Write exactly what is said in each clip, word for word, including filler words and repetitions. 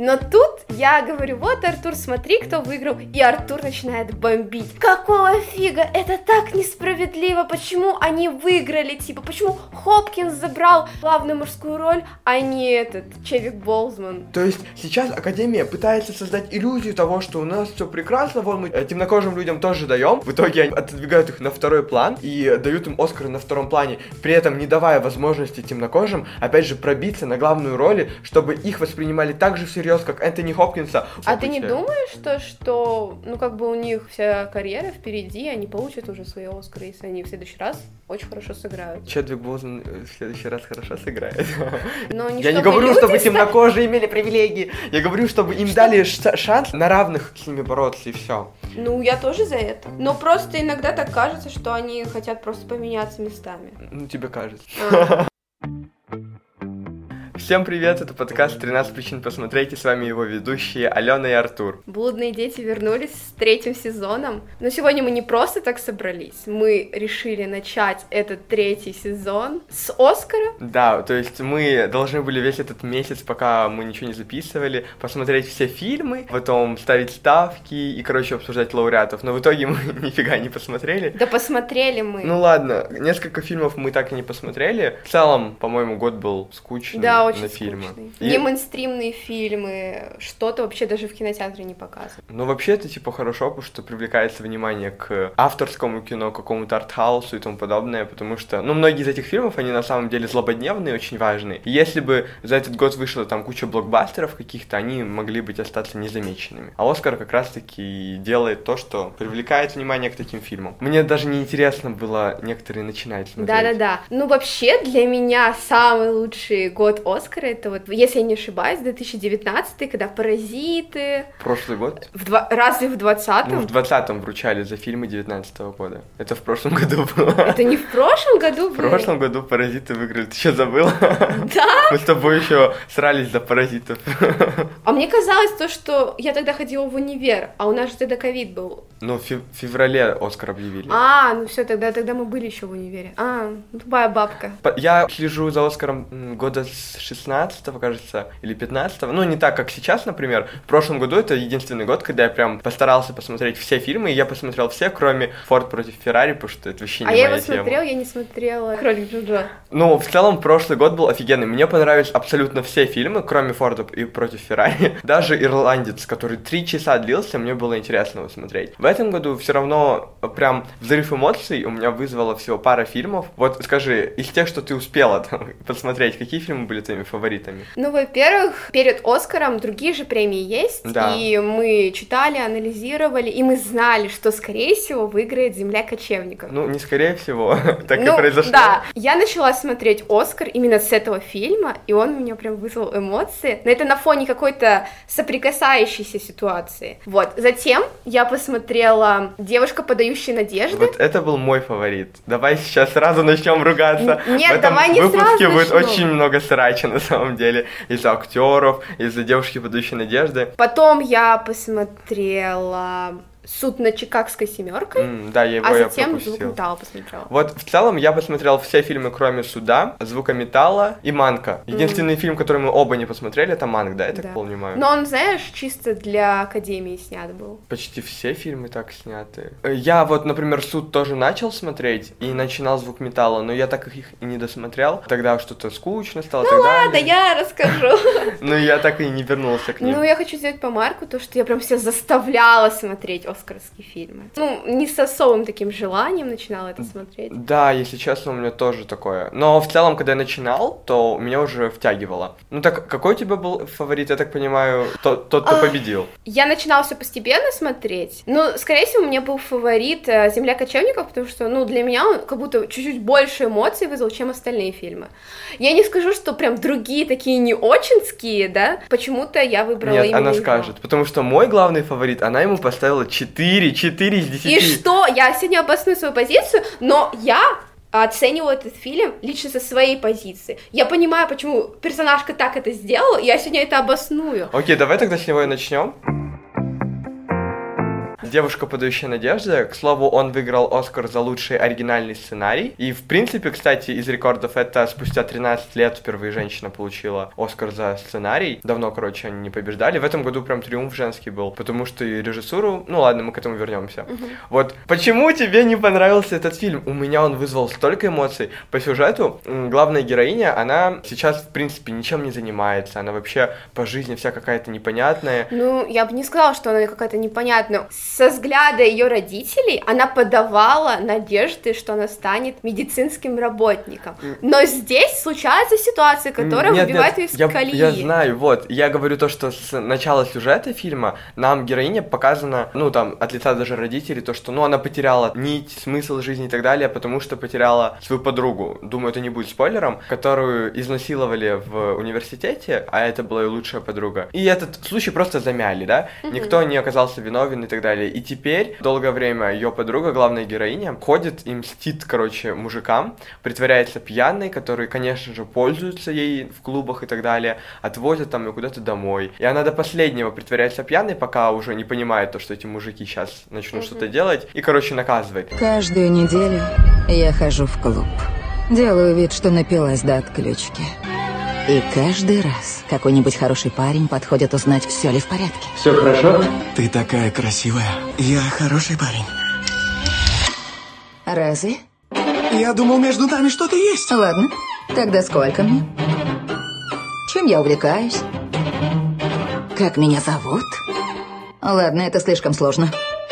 Но тут я говорю, вот, Артур, смотри, кто выиграл, и Артур начинает бомбить. Какого фига? Это так несправедливо, почему они выиграли, типа, почему Хопкинс забрал главную мужскую роль, а не этот, Чедвик Боузман. То есть сейчас Академия пытается создать иллюзию того, что у нас все прекрасно, вот мы темнокожим людям тоже даем, в итоге они отодвигают их на второй план и дают им Оскары на втором плане, при этом не давая возможности темнокожим, опять же, пробиться на главную роль, чтобы их воспринимали так же всерьез, как Энтони Хопкинса. А ты не думаешь, что, что, ну, как бы у них вся карьера впереди, они получат уже свои Оскары, если они в следующий раз очень хорошо сыграют? Чедвик Боузман в следующий раз хорошо сыграет. Но не Я не говорю, чтобы темнокожие имели привилегии, я говорю, чтобы им дали шанс на равных с ними бороться, и все. Ну, я тоже за это. Но просто иногда так кажется, что они хотят просто поменяться местами. Ну, тебе кажется. А. Всем привет, это подкаст тринадцать причин посмотреть, и с вами его ведущие Алена и Артур. Блудные дети вернулись с третьим сезоном, но сегодня мы не просто так собрались, мы решили начать этот третий сезон с Оскара. Да, то есть мы должны были весь этот месяц, пока мы ничего не записывали, посмотреть все фильмы, потом ставить ставки и, короче, обсуждать лауреатов, но в итоге мы нифига не посмотрели. Да посмотрели мы. Ну ладно, несколько фильмов мы так и не посмотрели, в целом, по-моему, год был скучный. Да, очень на фильмы. И... Не мейнстримные фильмы, что-то вообще даже в кинотеатре не показывают. Ну, вообще, это, типа, хорошо, потому что привлекается внимание к авторскому кино, к какому-то артхаусу и тому подобное, потому что, ну, многие из этих фильмов, они на самом деле злободневные, очень важные. И если бы за этот год вышло там куча блокбастеров каких-то, они могли быть остаться незамеченными. А Оскар как раз-таки делает то, что привлекает внимание к таким фильмам. Мне даже не интересно было некоторые начинать смотреть. Да-да-да. Ну, вообще, для меня самый лучший год Оскара, это вот, если я не ошибаюсь, две тысячи девятнадцатый, когда «Паразиты». Прошлый год? В два... Разве в двадцатом? Ну, в двадцатом вручали за фильмы девятнадцатого года. Это в прошлом году было. Это не в прошлом году было? В прошлом году «Паразиты» выиграли. Ты что, забыла? Да? Мы с тобой еще срались за «Паразитов». А мне казалось то, что я тогда ходила в универ, а у нас же тогда ковид был. Ну, в феврале Оскар объявили. А, ну все, тогда, тогда мы были еще в универе. А, тупая бабка. Я слежу за Оскаром года с шестнадцатого, кажется, или пятнадцатого. Ну, не так, как сейчас, например. В прошлом году это единственный год, когда я прям постарался посмотреть все фильмы, и я посмотрел все, кроме «Форд против Феррари», потому что это вообще не а моя я его тема. смотрела, я не смотрела «Кролик Джоджо». Ну, в целом, прошлый год был офигенный. Мне понравились абсолютно все фильмы, кроме «Форда и против Феррари». Даже «Ирландец», который три часа длился, мне было интересно его смотреть. В этом году все равно прям взрыв эмоций у меня вызвало всего пара фильмов. Вот скажи, из тех, что ты успела там посмотреть, какие фильмы были твоими фаворитами? Ну, во-первых, перед Оскаром другие же премии есть, да. И мы читали, анализировали, и мы знали, что, скорее всего, выиграет «Земля кочевников». Ну, не скорее всего, так ну, и произошло. Да, я начала смотреть «Оскар» именно с этого фильма, и он у меня прям вызвал эмоции, но это на фоне какой-то соприкасающейся ситуации. Вот, затем я посмотрела «Девушка, подающая надежды». Вот это был мой фаворит. Давай сейчас сразу начнем ругаться. Нет, в этом давай не выпуске сразу будет начнем. Очень много срача на самом деле. Из-за актеров, из-за «Девушки, подающей надежды». Потом я посмотрела «Суд над Чикагской семеркой», mm, да, я его а я затем пропустил. «Звук металла» посмотрела. Вот в целом я посмотрел все фильмы, кроме «Суда», «Звука металла» и «Манка». Единственный mm. фильм, который мы оба не посмотрели, это «Манк», да, я так да. понимаю? Но он, знаешь, чисто для Академии снят был. Почти все фильмы так сняты. Я вот, например, «Суд» тоже начал смотреть и начинал «Звук металла», но я так их и не досмотрел. Тогда что-то скучно стало. Ну ладно, я расскажу. Ну я так и не вернулся к ним. Ну я хочу сделать помарку, то, что я прям себя заставляла смотреть оскаровские фильмы. Ну, не с особым таким желанием начинала это смотреть. Да, если честно, у меня тоже такое. Но в целом, когда я начинал, то меня уже втягивало. Ну так, какой у тебя был фаворит, я так понимаю, тот, тот кто победил? Я начинала все постепенно смотреть. Ну, скорее всего, у меня был фаворит «Земля кочевников», потому что, ну, для меня он как будто чуть-чуть больше эмоций вызвал, чем остальные фильмы. Я не скажу, что прям другие такие не очинские, да, почему-то я выбрала Нет, именно она его. скажет, потому что мой главный фаворит, она ему поставила четыре, четыре из десяти. И что? Я сегодня обосную свою позицию, но я оценивала этот фильм лично со своей позиции. Я понимаю, почему персонажка так это сделала, и я сегодня это обосную. Окей, давай тогда с него и начнем. «Девушка, подающая надежды». К слову, он выиграл Оскар за лучший оригинальный сценарий. И, в принципе, кстати, из рекордов это спустя тринадцать лет впервые женщина получила Оскар за сценарий. Давно, короче, они не побеждали. В этом году прям триумф женский был, потому что и режиссуру... Ну ладно, мы к этому вернемся. Uh-huh. Вот, почему тебе не понравился этот фильм? У меня он вызвал столько эмоций. По сюжету главная героиня, она сейчас, в принципе, ничем не занимается. Она вообще по жизни вся какая-то непонятная. Ну, я бы не сказала, что она какая-то непонятная. Со взгляда ее родителей она подавала надежды, что она станет медицинским работником. Но здесь случается ситуация, которая нет, выбивает нет, ее из я, колеи. Я знаю, вот. Я говорю то, что с начала сюжета фильма нам героиня показана, ну, там, от лица даже родителей, то, что, ну, она потеряла нить, смысл жизни и так далее, потому что потеряла свою подругу. Думаю, это не будет спойлером, которую изнасиловали в университете, а это была ее лучшая подруга. И этот случай просто замяли, да? Mm-hmm. Никто не оказался виновен и так далее. И теперь долгое время ее подруга, главная героиня, ходит и мстит, короче, мужикам, притворяется пьяной, которые, конечно же, пользуются ей в клубах и так далее, отвозят там ее куда-то домой. И она до последнего притворяется пьяной, пока уже не понимает то, что эти мужики сейчас начнут mm-hmm. что-то делать, и, короче, наказывает. Каждую неделю я хожу в клуб. Делаю вид, что напилась до отключки. И каждый раз какой-нибудь хороший парень подходит узнать, все ли в порядке. Все хорошо? Ты такая красивая. Я хороший парень. Разве? Я думал, между нами что-то есть. Ладно, тогда сколько мне? Чем я увлекаюсь? Как меня зовут? Ладно, это слишком сложно.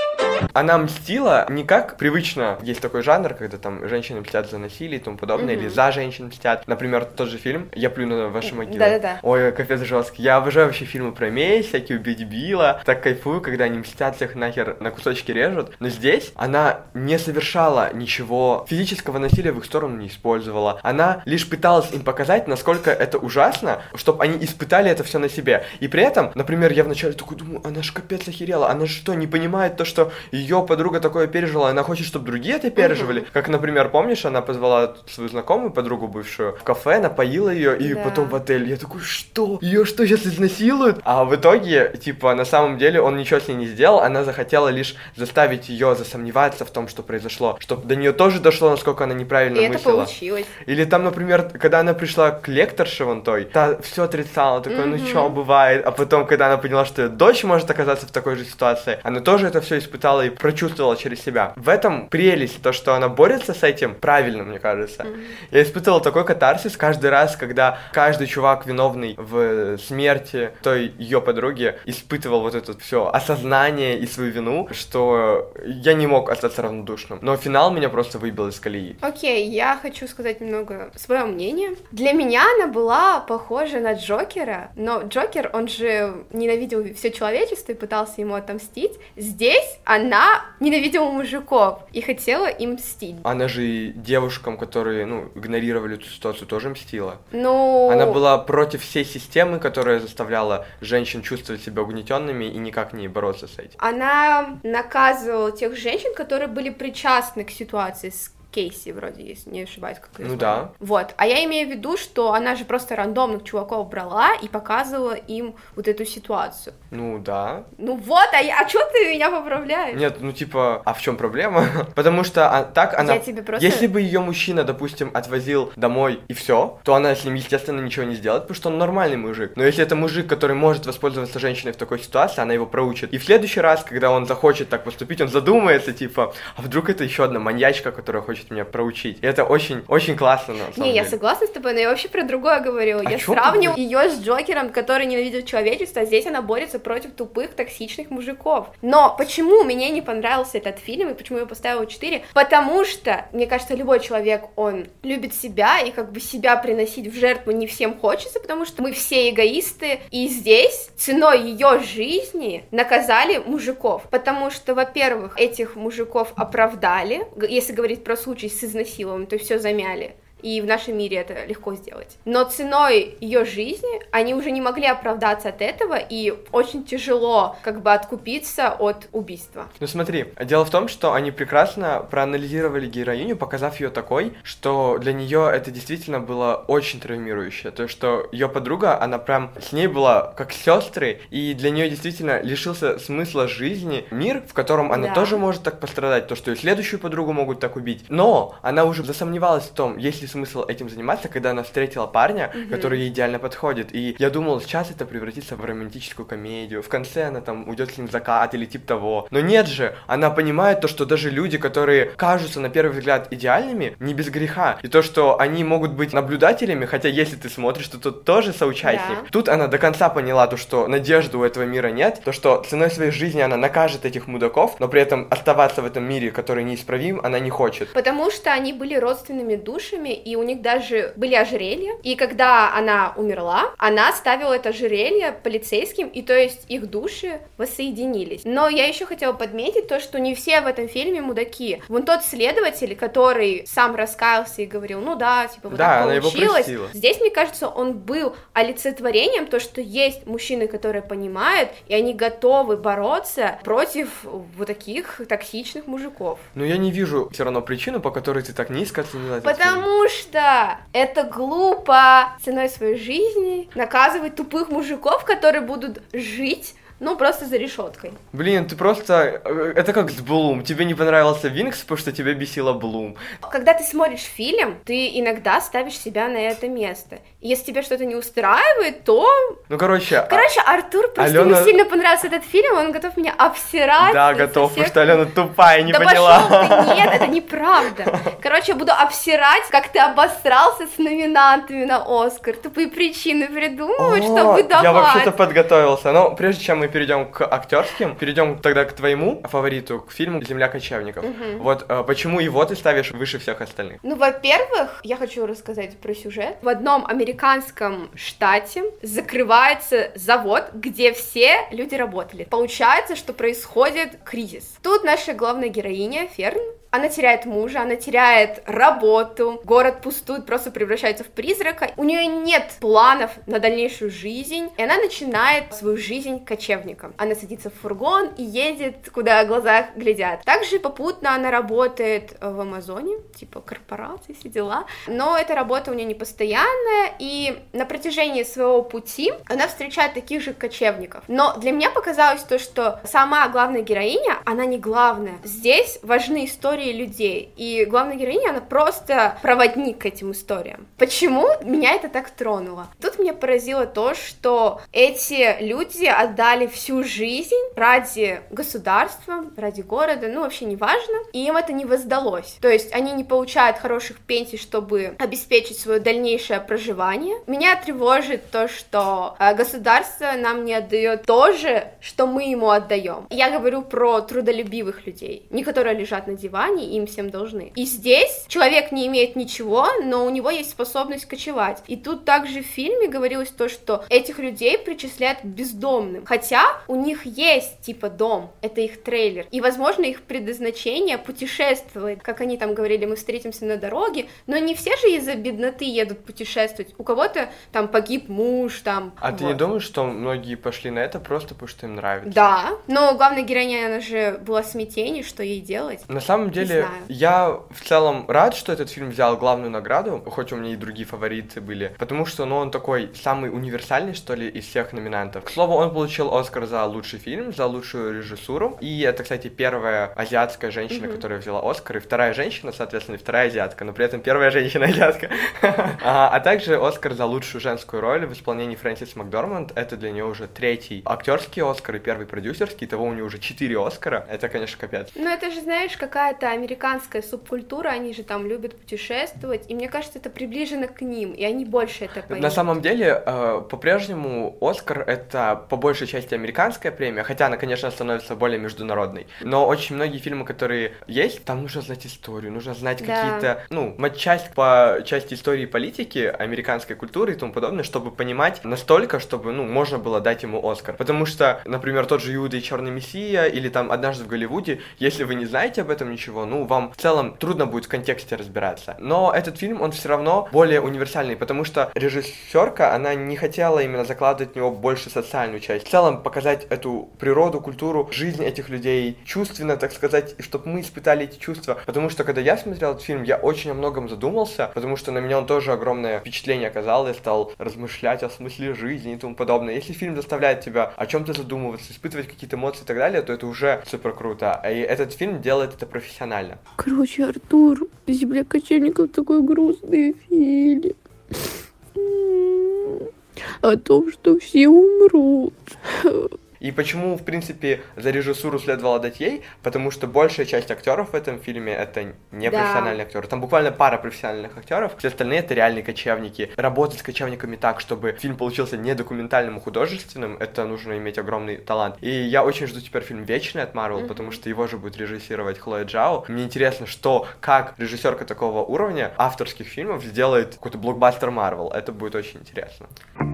Она мстила не как привычно, есть такой жанр, когда там женщины мстят за насилие и тому подобное, mm-hmm. или за женщин мстят. Например, тот же фильм «Я плюну на ваши могилы». Да-да-да. Ой, капец жесткий. Я обожаю вообще фильмы про месть, всякие «Убить Билла». Так кайфую, когда они мстят, всех нахер на кусочки режут. Но здесь она не совершала ничего, физического насилия в их сторону не использовала. Она лишь пыталась им показать, насколько это ужасно, чтобы они испытали это все на себе. И при этом, например, я вначале такой думаю, она ж капец охерела, она же что, не понимает то, что ее подруга такое пережила, она хочет, чтобы другие это переживали. Uh-huh. Как, например, помнишь, она позвала свою знакомую подругу бывшую в кафе, напоила ее и да. потом в отель. Я такой, что? Ее что, сейчас изнасилуют? А в итоге, типа, на самом деле он ничего с ней не сделал, она захотела лишь заставить ее засомневаться в том, что произошло, чтобы до нее тоже дошло, насколько она неправильно и мыслила. Это получилось. Или там, например, когда она пришла к лекторше вон той, та все отрицала, такой, uh-huh. ну что, бывает. А потом, когда она поняла, что ее дочь может оказаться в такой же ситуации, она тоже это все испытала и прочувствовала через себя. В этом прелесть, то, что она борется с этим, правильно, мне кажется. Mm-hmm. Я испытывал такой катарсис каждый раз, когда каждый чувак, виновный в смерти той ее подруги, испытывал вот это все осознание и свою вину, что я не мог остаться равнодушным. Но финал меня просто выбил из колеи. Окей, okay, я хочу сказать немного свое мнение. Для меня она была похожа на Джокера, но Джокер, он же ненавидел все человечество и пытался ему отомстить. Здесь она ненавидела мужиков и хотела им мстить. Она же и девушкам, которые, ну, игнорировали эту ситуацию, тоже мстила. Ну... Она была против всей системы, которая заставляла женщин чувствовать себя угнетенными и никак не бороться с этим. Она наказывала тех женщин, которые были причастны к ситуации с Кейси, вроде, если не ошибаюсь, как ее Ну звали. да. Вот, а я имею в виду, что она же просто рандомных чуваков брала и показывала им вот эту ситуацию. Ну да. Ну вот, а, я, а чё ты меня поправляешь? Нет, ну типа, а в чем проблема? Потому что а, так она... Я тебе просто... Если бы ее мужчина, допустим, отвозил домой и все, то она с ним, естественно, ничего не сделает, потому что он нормальный мужик. Но если это мужик, который может воспользоваться женщиной в такой ситуации, она его проучит. И в следующий раз, когда он захочет так поступить, он задумается, типа, а вдруг это еще одна маньячка, которая хочет меня проучить. И это очень, очень классно, на самом не, деле. Не, я согласна с тобой, но я вообще про другое говорю. А я сравниваю ее с Джокером, который ненавидит человечество, а здесь она борется против тупых, токсичных мужиков. Но почему мне не понравился этот фильм, и почему я поставила четыре? Потому что, мне кажется, любой человек, он любит себя, и как бы себя приносить в жертву не всем хочется, потому что мы все эгоисты, и здесь ценой ее жизни наказали мужиков. Потому что, во-первых, этих мужиков оправдали, если говорить про случай с изнасилованием, то все замяли. и в нашем мире это легко сделать. Но ценой ее жизни они уже не могли оправдаться от этого, и очень тяжело как бы откупиться от убийства. Ну смотри, дело в том, что они прекрасно проанализировали героиню, показав ее такой, что для нее это действительно было очень травмирующе. То, что ее подруга, она прям с ней была как сестры, и для нее действительно лишился смысла жизни мир, в котором она Да. тоже может так пострадать, то, что и следующую подругу могут так убить. Но она уже засомневалась в том, есть ли смысл этим заниматься, когда она встретила парня, Мгм. который ей идеально подходит. И я думал, сейчас это превратится в романтическую комедию. В конце она там уйдет с ним в закат или типа того. Но нет же, она понимает то, что даже люди, которые кажутся на первый взгляд идеальными, не без греха. И то, что они могут быть наблюдателями, хотя если ты смотришь, то тут тоже соучастник. Да. Тут она до конца поняла то, что надежды у этого мира нет, то, что ценой своей жизни она накажет этих мудаков, но при этом оставаться в этом мире, который неисправим, она не хочет. Потому что они были родственными душами, и у них даже были ожерелья. И когда она умерла, она ставила это ожерелье полицейским, и то есть их души воссоединились. Но я еще хотела подметить то, что не все в этом фильме мудаки. Вон тот следователь, который сам раскаялся и говорил, ну да, типа вот Да, так она его получилось. простила. Здесь, мне кажется, он был олицетворением то, что есть мужчины, которые понимают, и они готовы бороться против вот таких токсичных мужиков. Но я не вижу все равно причину, по которой ты так низко оценила этот фильм. Потому что это глупо ценой своей жизни наказывать тупых мужиков, которые будут жить, ну, просто за решеткой. Блин, ты просто... э, Это как с Блум. Тебе не понравился Винкс, потому что тебя бесила Блум. Когда ты смотришь фильм, ты иногда ставишь себя на это место. И если тебя что-то не устраивает, то... Ну, короче... Короче, Артур, просто Алена- ему сильно понравился этот фильм, он готов меня обсирать. Да, со готов, всех- потому что Алена тупая, не да поняла. пошёл ты, нет, это неправда. Короче, я буду обсирать, как ты обосрался с номинантами на Оскар. Тупые причины придумывать, О, чтобы давать. Я вообще-то подготовился. Но прежде чем мы перейдем к актерским, перейдем тогда к твоему фавориту, к фильму «Земля кочевников». Мгм. Вот э, почему его ты ставишь выше всех остальных? Ну, во-первых, я хочу рассказать про сюжет. В одном американском штате закрывается завод, где все люди работали. Получается, что происходит кризис. Тут наша главная героиня, Ферн, она теряет мужа, она теряет работу, город пустует, просто превращается в призрака. У нее нет планов на дальнейшую жизнь, и она начинает свою жизнь кочевником. Она садится в фургон и едет, куда глаза глядят. Также попутно она работает в Амазоне, типа корпорации, все дела. Но эта работа у нее не постоянная, и на протяжении своего пути она встречает таких же кочевников. Но для меня показалось то, что сама главная героиня, она не главная. Здесь важны истории людей, и главная героиня, она просто проводник к этим историям. Почему меня это так тронуло? Тут меня поразило то, что эти люди отдали всю жизнь ради государства, ради города, ну вообще не важно, и им это не воздалось. То есть они не получают хороших пенсий, чтобы обеспечить свое дальнейшее проживание. Меня тревожит то, что э, государство нам не отдает то же, что мы ему отдаем. Я говорю про трудолюбивых людей, не которые лежат на диване, и им всем должны. И здесь человек не имеет ничего, но у него есть способность кочевать. И тут также в фильме говорилось то, что этих людей причисляют к бездомным. Хотя у них есть типа дом, это их трейлер. И, возможно, их предназначение путешествовать. Как они там говорили, мы встретимся на дороге, но не все же из-за бедноты едут путешествовать. У кого-то там погиб муж, там... А вот. ты не думаешь, что многие пошли на это просто потому, что им нравится? Да, но главная героиня, она же была в смятении, что ей делать. На самом деле, знаю. я в целом рад, что этот фильм взял главную награду, хоть у меня и другие фавориты были, потому что, ну, он такой самый универсальный, что ли, из всех номинантов. К слову, он получил Оскар за лучший фильм, за лучшую режиссуру, и это, кстати, первая азиатская женщина, Мгм. которая взяла Оскар, и вторая женщина, соответственно, и вторая азиатка, но при этом первая женщина-азиатка. А а также Оскар за лучшую женскую роль в исполнении Фрэнсис Макдорманд, это для нее уже третий актерский Оскар и первый продюсерский, того у нее уже четыре Оскара, это, конечно, капец. Ну, это же, знаешь, какая-то американская субкультура, они же там любят путешествовать, и мне кажется, это приближено к ним, и они больше это поймут. На самом деле, э, по-прежнему Оскар — это по большей части американская премия, хотя она, конечно, становится более международной, но очень многие фильмы, которые есть, там нужно знать историю, нужно знать Да. какие-то, ну, матчасть по части истории и политики, американской культуры и тому подобное, чтобы понимать настолько, чтобы, ну, можно было дать ему Оскар. Потому что, например, тот же Иуда и Черный Мессия или там «Однажды в Голливуде», если вы не знаете об этом ничего, него, ну, вам в целом трудно будет в контексте разбираться. Но этот фильм, он все равно более универсальный, потому что режиссерка, она не хотела именно закладывать в него больше социальную часть. В целом показать эту природу, культуру, жизнь этих людей чувственно, так сказать, и чтобы мы испытали эти чувства. Потому что, когда я смотрел этот фильм, я очень о многом задумался, потому что на меня он тоже огромное впечатление оказал, я стал размышлять о смысле жизни и тому подобное. Если фильм заставляет тебя о чем-то задумываться, испытывать какие-то эмоции и так далее, то это уже супер круто. И этот фильм делает это профессионально. Короче, Артур, «Земля кочевников» такой грустный фильм. О том, что все умрут. И почему, в принципе, за режиссуру следовало дать ей? Потому что большая часть актеров в этом фильме это не да. профессиональные актеры. Там буквально пара профессиональных актеров, все остальные это реальные кочевники. Работать с кочевниками так, чтобы фильм получился не документальным, а художественным, это нужно иметь огромный талант. И я очень жду теперь фильм «Вечный» от Marvel, mm-hmm. потому что его же будет режиссировать Хлоя Джао. Мне интересно, что, как режиссерка такого уровня авторских фильмов сделает какой-то блокбастер Marvel. Это будет очень интересно.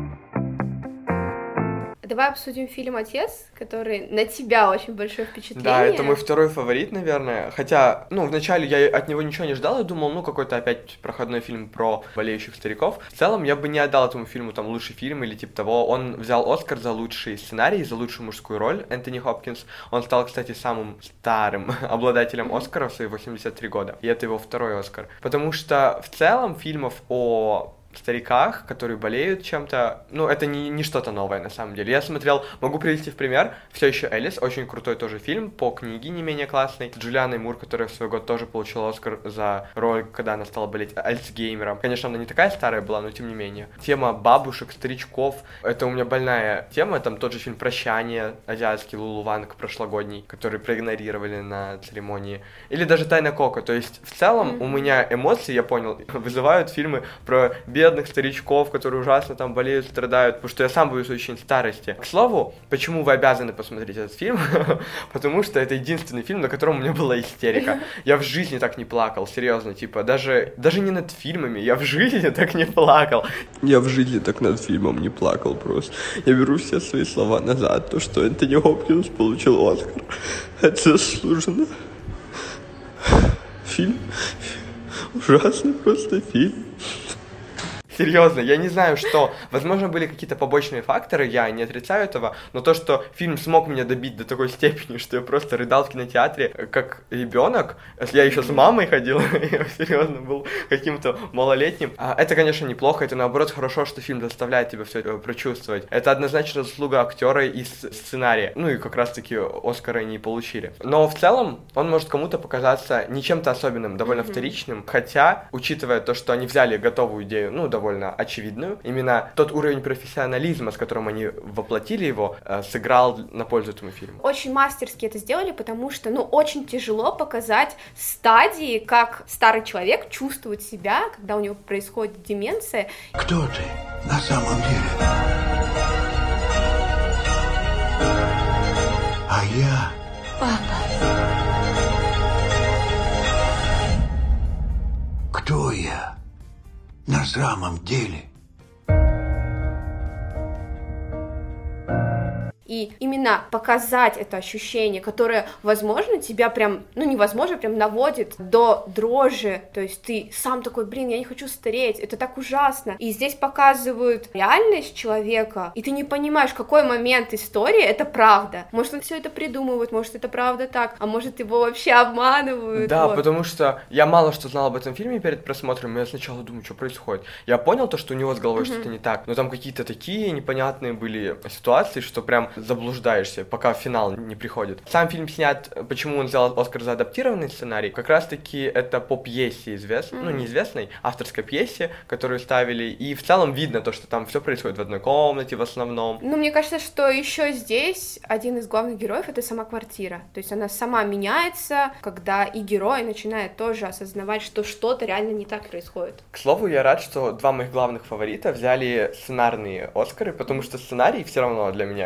Давай обсудим фильм «Отец», который на тебя очень большое впечатление. Да, это мой второй фаворит, наверное. Хотя, ну, вначале я от него ничего не ждал, я думал, ну, какой-то опять проходной фильм про болеющих стариков. В целом, я бы не отдал этому фильму там лучший фильм или типа того. Он взял Оскар за лучший сценарий, за лучшую мужскую роль, Энтони Хопкинс. Он стал, кстати, самым старым обладателем Оскара в свои восемьдесят три года. И это его второй Оскар. Потому что в целом фильмов о стариках, которые болеют чем-то, ну, это не, не что-то новое, на самом деле. Я смотрел, могу привести в пример, «Все еще Элис», очень крутой тоже фильм, по книге не менее классный, с Джулианой Мур, которая в свой год тоже получила Оскар за роль, когда она стала болеть Альцгеймером. Конечно, она не такая старая была, но тем не менее. Тема бабушек, старичков, это у меня больная тема, там тот же фильм «Прощание», азиатский, Лулу Ванг прошлогодний, который проигнорировали на церемонии. Или даже «Тайна Коко», то есть в целом mm-hmm. у меня эмоции, я понял, вызывают фильмы про бедных старичков, которые ужасно там болеют, страдают, потому что я сам боюсь очень старости. К слову, почему вы обязаны посмотреть этот фильм? Потому что это единственный фильм, на котором у меня была истерика. Я в жизни так не плакал, серьезно, типа, даже, даже не над фильмами, я в жизни так не плакал. Я в жизни так над фильмом не плакал просто. Я беру все свои слова назад, то, что Энтони Хопкинс получил Оскар, это заслуженно. Фильм, ужасный просто фильм. Серьезно, я не знаю, что... Возможно, были какие-то побочные факторы, я не отрицаю этого, но то, что фильм смог меня добить до такой степени, что я просто рыдал в кинотеатре, как ребенок, я еще с мамой ходил, я серьезно был каким-то малолетним. Это, конечно, неплохо, это, наоборот, хорошо, что фильм заставляет тебя все это прочувствовать. Это однозначно заслуга актера и сценария. Ну и как раз-таки Оскара не получили. Но в целом он может кому-то показаться не чем-то особенным, довольно mm-hmm. вторичным, хотя, учитывая то, что они взяли готовую идею, ну, довольно очевидную. Именно тот уровень профессионализма, с которым они воплотили его, э, сыграл на пользу этому фильму. Очень мастерски это сделали, потому что, ну, очень тяжело показать стадии, как старый человек чувствует себя, когда у него происходит деменция. Кто ты на самом деле? А я... Папа. Кто я на самом деле? И именно показать это ощущение, которое, возможно, тебя прям, ну, невозможно, прям наводит до дрожи, то есть ты сам такой, блин, я не хочу стареть, это так ужасно. И здесь показывают реальность человека, и ты не понимаешь, в какой момент истории это правда. Может, он все это придумывает, может, это правда так, а может, его вообще обманывают. Да, вот. Потому что я мало что знал об этом фильме перед просмотром, и я сначала думаю, что происходит. Я понял то, что у него с головой mm-hmm. что-то не так, но там какие-то такие непонятные были ситуации, что прям заблуждаешься, пока финал не приходит. Сам фильм снят, почему он взял Оскар за адаптированный сценарий, как раз-таки это по пьесе известной, mm-hmm. ну, неизвестной, авторской пьесе, которую ставили, и в целом видно то, что там все происходит в одной комнате в основном. Ну, мне кажется, что еще здесь один из главных героев — это сама квартира, то есть она сама меняется, когда и герой начинает тоже осознавать, что что-то реально не так происходит. К слову, я рад, что два моих главных фаворита взяли сценарные Оскары, потому что сценарий все равно для меня — это самая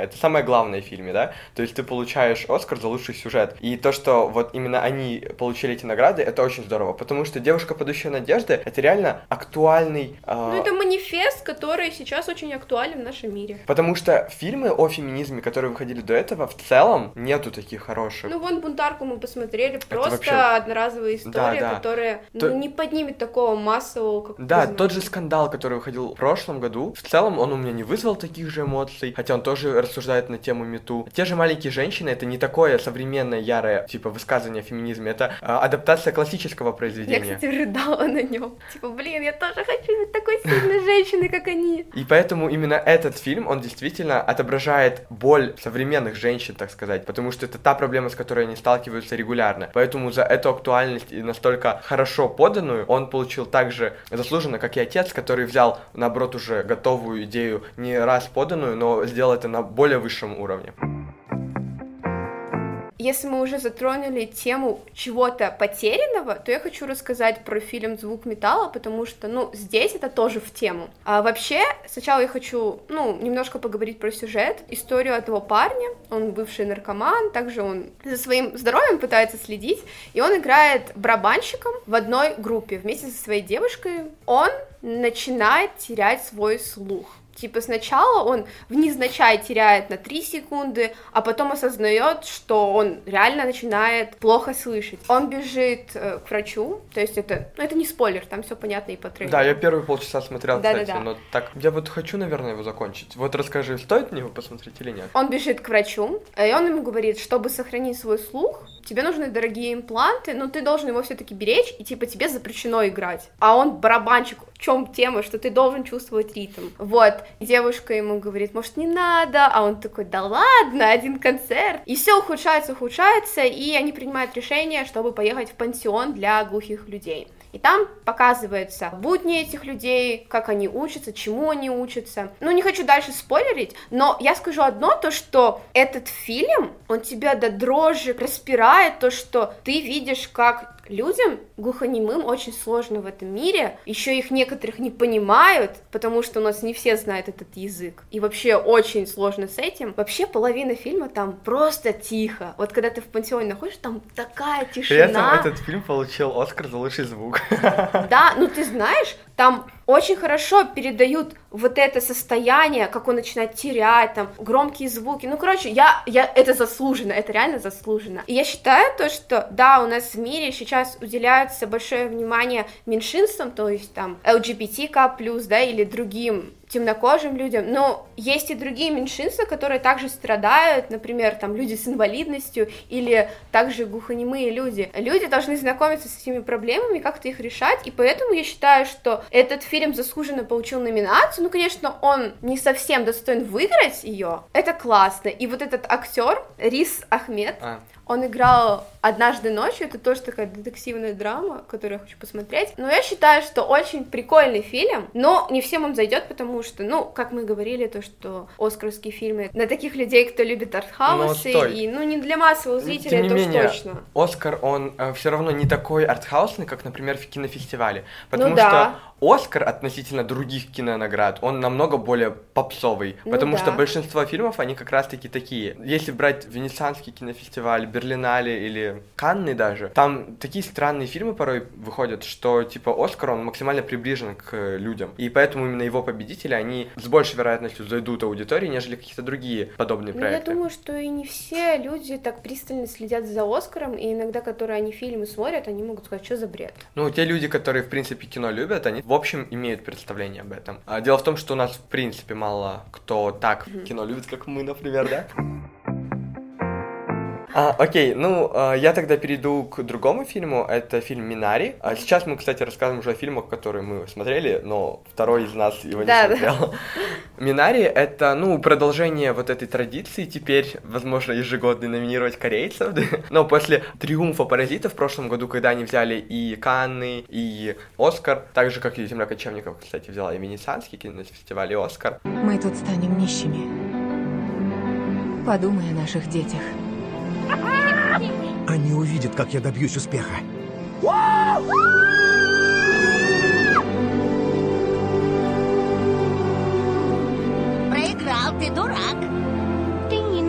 самое главное в фильме, да, то есть ты получаешь Оскар за лучший сюжет, и то, что вот именно они получили эти награды, это очень здорово, потому что «Девушка, подающая надежды» — это реально актуальный... Э... Ну, это манифест, который сейчас очень актуален в нашем мире. Потому что фильмы о феминизме, которые выходили до этого, в целом нету таких хороших. Ну, вон «Бунтарку» мы посмотрели, это просто вообще... одноразовая история, да, да. которая То... ну, не поднимет такого массового, как Да, тот же «Скандал», который выходил в прошлом году, в целом он у меня не вызвал таких же эмоций, хотя он тоже рассуждает на тему мету. Те же «Маленькие женщины» — это не такое современное, ярое, типа, высказывание о феминизме, это а, адаптация классического произведения. Я, кстати, рыдала на нем. Типа, блин, я тоже хочу быть такой сильной женщиной, как они. И поэтому именно этот фильм, он действительно отображает боль современных женщин, так сказать, потому что это та проблема, с которой они сталкиваются регулярно. Поэтому за эту актуальность и настолько хорошо поданную он получил так же заслуженно, как и отец, который взял, наоборот, уже готовую идею, не раз поданную, но сделал это на более высшем уровне. Если мы уже затронули тему чего-то потерянного, то я хочу рассказать про фильм «Звук металла», потому что, ну, здесь это тоже в тему. А вообще, сначала я хочу, ну, немножко поговорить про сюжет, историю этого парня. Он бывший наркоман, также он за своим здоровьем пытается следить, и он играет барабанщиком в одной группе вместе со своей девушкой. Он начинает терять свой слух. Типа сначала он внезначай теряет на три секунды, а потом осознает, что он реально начинает плохо слышать. Он бежит э, к врачу, то есть это, ну это не спойлер, там все понятно и по трейлеру. Да, я первые полчаса смотрел, да, кстати, да, да. но так, я вот хочу, наверное, его закончить. Вот расскажи, стоит мне его посмотреть или нет? Он бежит к врачу, и он ему говорит, чтобы сохранить свой слух, тебе нужны дорогие импланты, но ты должен его все-таки беречь, и типа тебе запрещено играть. А он барабанщик, в чем тема, что ты должен чувствовать ритм. Вот, девушка ему говорит, может не надо, а он такой, да ладно, один концерт. И все ухудшается, ухудшается, и они принимают решение, чтобы поехать в пансион для глухих людей. И там показывается будни этих людей, как они учатся, чему они учатся. Ну, не хочу дальше спойлерить, но я скажу одно, то, что этот фильм, он тебя до дрожи распирает, то, что ты видишь, как людям, глухонемым, очень сложно в этом мире, еще их некоторых не понимают, потому что у нас не все знают этот язык, и вообще очень сложно с этим. Вообще половина фильма там просто тихо, вот когда ты в пансионе находишься, там такая тишина. При этом этот фильм получил Оскар за лучший звук. Да, ну ты знаешь, там очень хорошо передают вот это состояние, как он начинает терять, там, громкие звуки, ну, короче, я, я, это заслуженно, это реально заслуженно. И я считаю то, что, да, у нас в мире сейчас уделяется большое внимание меньшинствам, то есть, там, эл джи би ти ка плюс, да, или другим темнокожим людям, но есть и другие меньшинства, которые также страдают, например, там, люди с инвалидностью или также глухонемые люди. Люди должны знакомиться с этими проблемами, как-то их решать, и поэтому я считаю, что этот фильм заслуженно получил номинацию. Ну, конечно, он не совсем достоин выиграть ее, это классно, и вот этот актер Риз Ахмед, а. он играл «Однажды ночью», это тоже такая детективная драма, которую я хочу посмотреть, но я считаю, что очень прикольный фильм, но не всем он зайдет, потому что, ну, как мы говорили, то, что оскаровские фильмы на таких людей, кто любит артхаусы, и, ну, не для массового зрителя, Тем не это менее, уж точно. Оскар, он э, все равно не такой артхаусный, как, например, в кинофестивале, потому ну, что да. Оскар относительно других кинонаград, он намного более попсовый, ну, потому да. что большинство фильмов, они как раз-таки такие. Если брать Венецианский кинофестиваль, Берлинале или Канны даже, там такие странные фильмы порой выходят, что, типа, Оскар, он максимально приближен к людям, и поэтому именно его победители, они с большей вероятностью зайдут аудитории, нежели какие-то другие подобные ну, проекты. Я думаю, что и не все люди так пристально следят за Оскаром, и иногда, которые они фильмы смотрят, они могут сказать, что за бред. Ну, те люди, которые, в принципе, кино любят, они, в общем, имеют представление об этом. А дело в том, что у нас, в принципе, мало кто так mm-hmm. кино любит, как мы, например, да? А, окей, ну, э, я тогда перейду к другому фильму, это фильм «Минари». А сейчас мы, кстати, рассказываем уже о фильмах, которые мы смотрели, но второй из нас его не да, смотрел. Да. «Минари» — это, ну, продолжение вот этой традиции, теперь, возможно, ежегодно номинировать корейцев, но после триумфа «Паразитов» в прошлом году, когда они взяли и Канны, и Оскар, так же, как и «Земля кочевников», кстати, взяла и Венецианский кинофестиваль, и Оскар. Мы тут станем нищими. Подумай о наших детях. Они увидят, как я добьюсь успеха. Проиграл, ты дурак. Ты не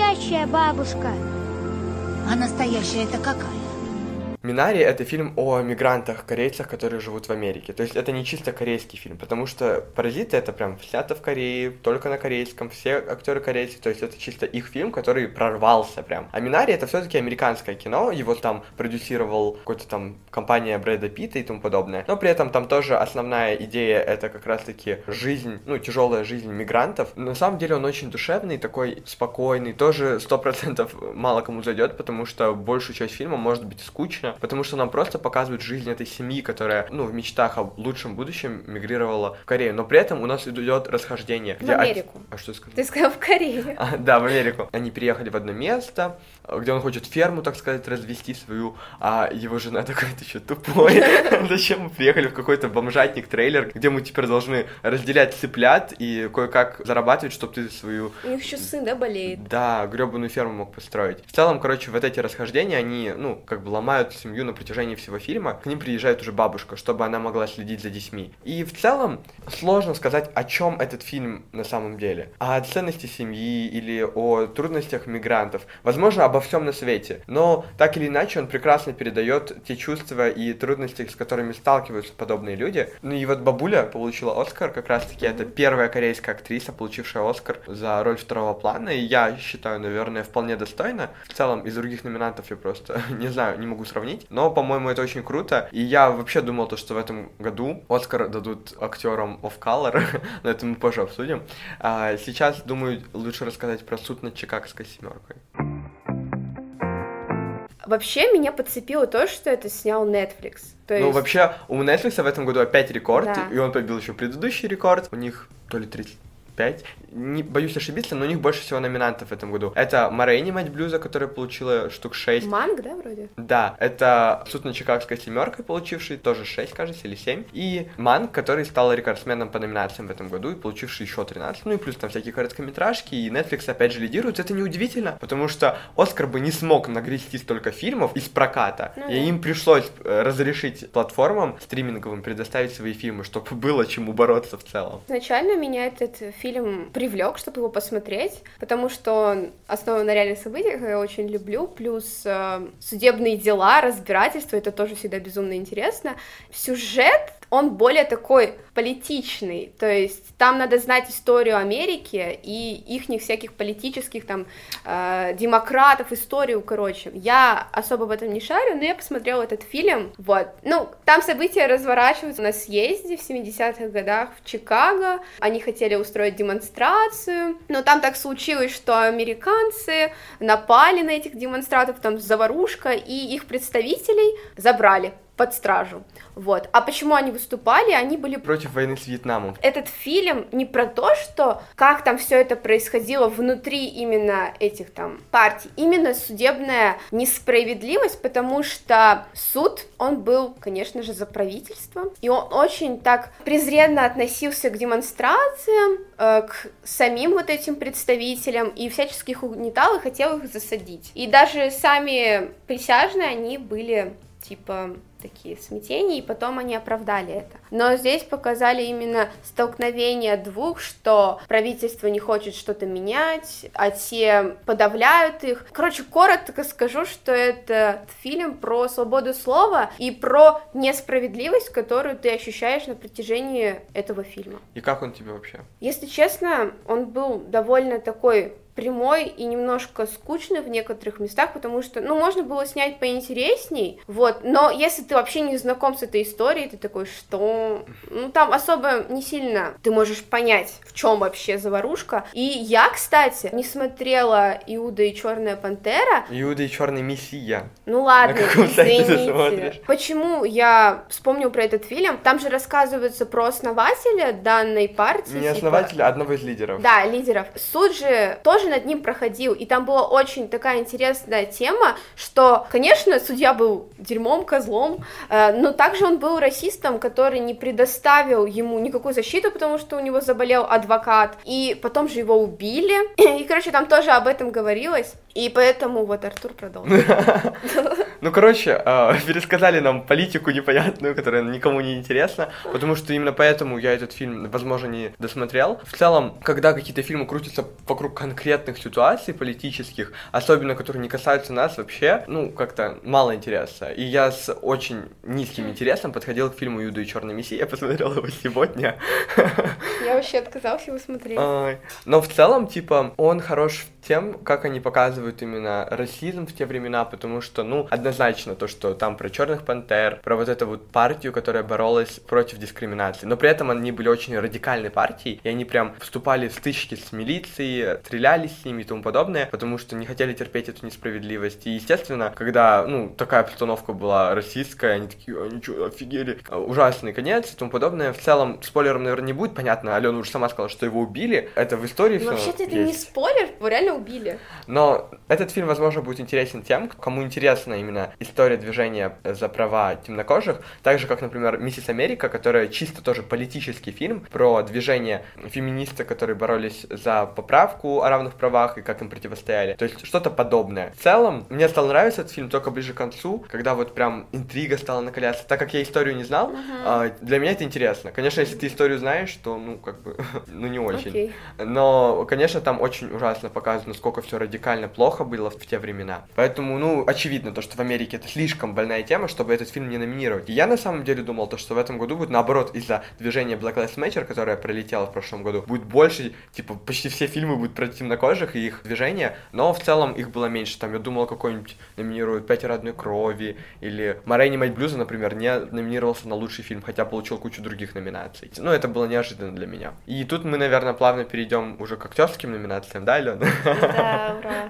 настоящая бабушка. А настоящая это какая? «Минари» — это фильм о мигрантах, корейцах, которые живут в Америке. То есть это не чисто корейский фильм, потому что «Паразиты» — это прям снято в Корее, только на корейском, все актеры корейцы, то есть это чисто их фильм, который прорвался прям. А «Минари» — это все-таки американское кино, его там продюсировал какой-то там компания Брэда Питта и тому подобное. Но при этом там тоже основная идея — это как раз-таки жизнь, ну, тяжелая жизнь мигрантов. На самом деле он очень душевный, такой спокойный, тоже сто процентов мало кому зайдет, потому что большую часть фильма может быть скучно, потому что нам просто показывают жизнь этой семьи, которая, ну, в мечтах о лучшем будущем мигрировала в Корею, но при этом у нас идет расхождение. В Америку. От... А что сказать? Ты сказал в Корею. А, да, в Америку. Они переехали в одно место, где он хочет ферму, так сказать, развести свою, а его жена такая: ты что, тупой? Зачем мы приехали в какой-то бомжатник-трейлер, где мы теперь должны разделять цыплят и кое-как зарабатывать, чтобы ты свою... У них еще сын, да, болеет? Да, гребаную ферму мог построить. В целом, короче, вот эти расхождения, они, ну, как бы ломают семью на протяжении всего фильма. К ним приезжает уже бабушка, чтобы она могла следить за детьми. И в целом сложно сказать, о чем этот фильм на самом деле. О ценности семьи или о трудностях мигрантов. Возможно, обо всем на свете. Но так или иначе он прекрасно передает те чувства и трудности, с которыми сталкиваются подобные люди. Ну и вот бабуля получила Оскар, как раз-таки это первая корейская актриса, получившая Оскар за роль второго плана. И я считаю, наверное, вполне достойно. В целом, из других номинантов я просто не знаю, не могу сравнить. Но, по-моему, это очень круто. И я вообще думал, то, что в этом году Оскар дадут актерам of color, но это мы позже обсудим. А сейчас, думаю, лучше рассказать про суд над Чикагской семеркой. Вообще, меня подцепило то, что это снял Netflix. То есть... Ну, вообще, у Netflix в этом году опять рекорд, да. И он побил еще предыдущий рекорд. У них то ли тридцать пять. Не боюсь ошибиться, но у них больше всего номинантов в этом году. Это Ма Рейни, мать блюза, которая получила штук шесть. Манг, да, вроде? Да, это суд над Чикагской семеркой, получивший тоже шесть, кажется, или семь. И Манг, который стал рекордсменом по номинациям в этом году и получивший еще тринадцать. Ну и плюс там всякие короткометражки, и Netflix опять же лидирует. Это неудивительно, потому что Оскар бы не смог нагрести столько фильмов из проката. Ну, и да. Им пришлось разрешить платформам стриминговым предоставить свои фильмы, чтобы было чему бороться в целом. Изначально меня этот фильм привлек, чтобы его посмотреть, потому что он основан на реальных событиях, я очень люблю, плюс э, судебные дела, разбирательства, это тоже всегда безумно интересно. Сюжет, он более такой политичный, то есть там надо знать историю Америки и ихних всяких политических там э, демократов, историю, короче. Я особо в этом не шарю, но я посмотрела этот фильм, вот. Ну, там события разворачиваются на съезде в семидесятых годах в Чикаго, они хотели устроить демонстрацию, но там так случилось, что американцы напали на этих демонстрантов, там заварушка, и их представителей забрали под стражу, вот. А почему они выступали? Они были против войны с Вьетнамом. Этот фильм не про то, что как там все это происходило внутри именно этих там партий, именно судебная несправедливость, потому что суд, он был, конечно же, за правительство, и он очень так презренно относился к демонстрациям, э, к самим вот этим представителям, и всячески их угнетал и хотел их засадить. И даже сами присяжные, они были типа такие смятения, и потом они оправдали это. Но здесь показали именно столкновение двух, что правительство не хочет что-то менять, а те подавляют их. Короче, коротко скажу, что это фильм про свободу слова и про несправедливость, которую ты ощущаешь на протяжении этого фильма. И как он тебе вообще? Если честно, он был довольно такой прямой и немножко скучный в некоторых местах, потому что, ну, можно было снять поинтересней, вот, но если ты вообще не знаком с этой историей, ты такой, что... Ну, там особо не сильно ты можешь понять, в чем вообще заварушка. И я, кстати, не смотрела «Иуда и Черная пантера». «Иуда и Черный мессия». Ну ладно, извините. Почему я вспомнил про этот фильм? Там же рассказывается про основателя данной партии. Не основателя, а одного из лидеров. Да, лидеров. Суд же тоже над ним проходил, и там была очень такая интересная тема, что, конечно, судья был дерьмом, козлом, э, но также он был расистом, который не предоставил ему никакую защиту, потому что у него заболел адвокат, и потом же его убили, и, короче, там тоже об этом говорилось, и поэтому вот Артур продолжил. Ну, короче, пересказали нам политику непонятную, которая никому не интересна, потому что именно поэтому я этот фильм, возможно, не досмотрел. В целом, когда какие-то фильмы крутятся вокруг конкретно конкретных ситуаций политических, особенно которые не касаются нас вообще, ну, как-то мало интереса. И я с очень низким интересом подходил к фильму «Юда и Черный Мессия», я посмотрел его сегодня. Я вообще отказался его смотреть. Но в целом, типа, он хорош тем, как они показывают именно расизм в те времена, потому что, ну, однозначно то, что там про черных пантер, про вот эту вот партию, которая боролась против дискриминации, но при этом они были очень радикальной партией, и они прям вступали в стычки с милицией, стреляли с ними и тому подобное, потому что не хотели терпеть эту несправедливость. И, естественно, когда, ну, такая обстановка была расистская, они такие, они что, офигели, ужасный конец и тому подобное. В целом, спойлером, наверное, не будет, понятно, Алена уже сама сказала, что его убили, это в истории все. Вообще-то это не спойлер, его реально убили. Но этот фильм, возможно, будет интересен тем, кому интересна именно история движения за права темнокожих, так же, как, например, «Миссис Америка», которая чисто тоже политический фильм про движение феминисток, которые боролись за поправку о равных правах и как им противостояли. То есть что-то подобное. В целом, мне стал нравиться этот фильм только ближе к концу, когда вот прям интрига стала накаляться. Так как я историю не знал, uh-huh. для меня это интересно. Конечно, если ты историю знаешь, то, ну, как бы, ну, не очень. Okay. Но, конечно, там очень ужасно показано, насколько все радикально плохо было в те времена. Поэтому, ну, очевидно, то, что в Америке это слишком больная тема, чтобы этот фильм не номинировать. И я, на самом деле, думал, то, что в этом году будет, наоборот, из-за движения Black Lives Matter, которое пролетело в прошлом году, будет больше, типа, почти все фильмы будут про темнокожих и их движение, но в целом их было меньше. Там, я думал, какой-нибудь номинируют «Пятеро одной крови», или «Ма Рейни, мать блюза», например, не номинировался на лучший фильм, хотя получил кучу других номинаций. Ну, это было неожиданно для меня. И тут мы, наверное, плавно перейдем уже к актерским номинациям, да, Алена? Да, ура.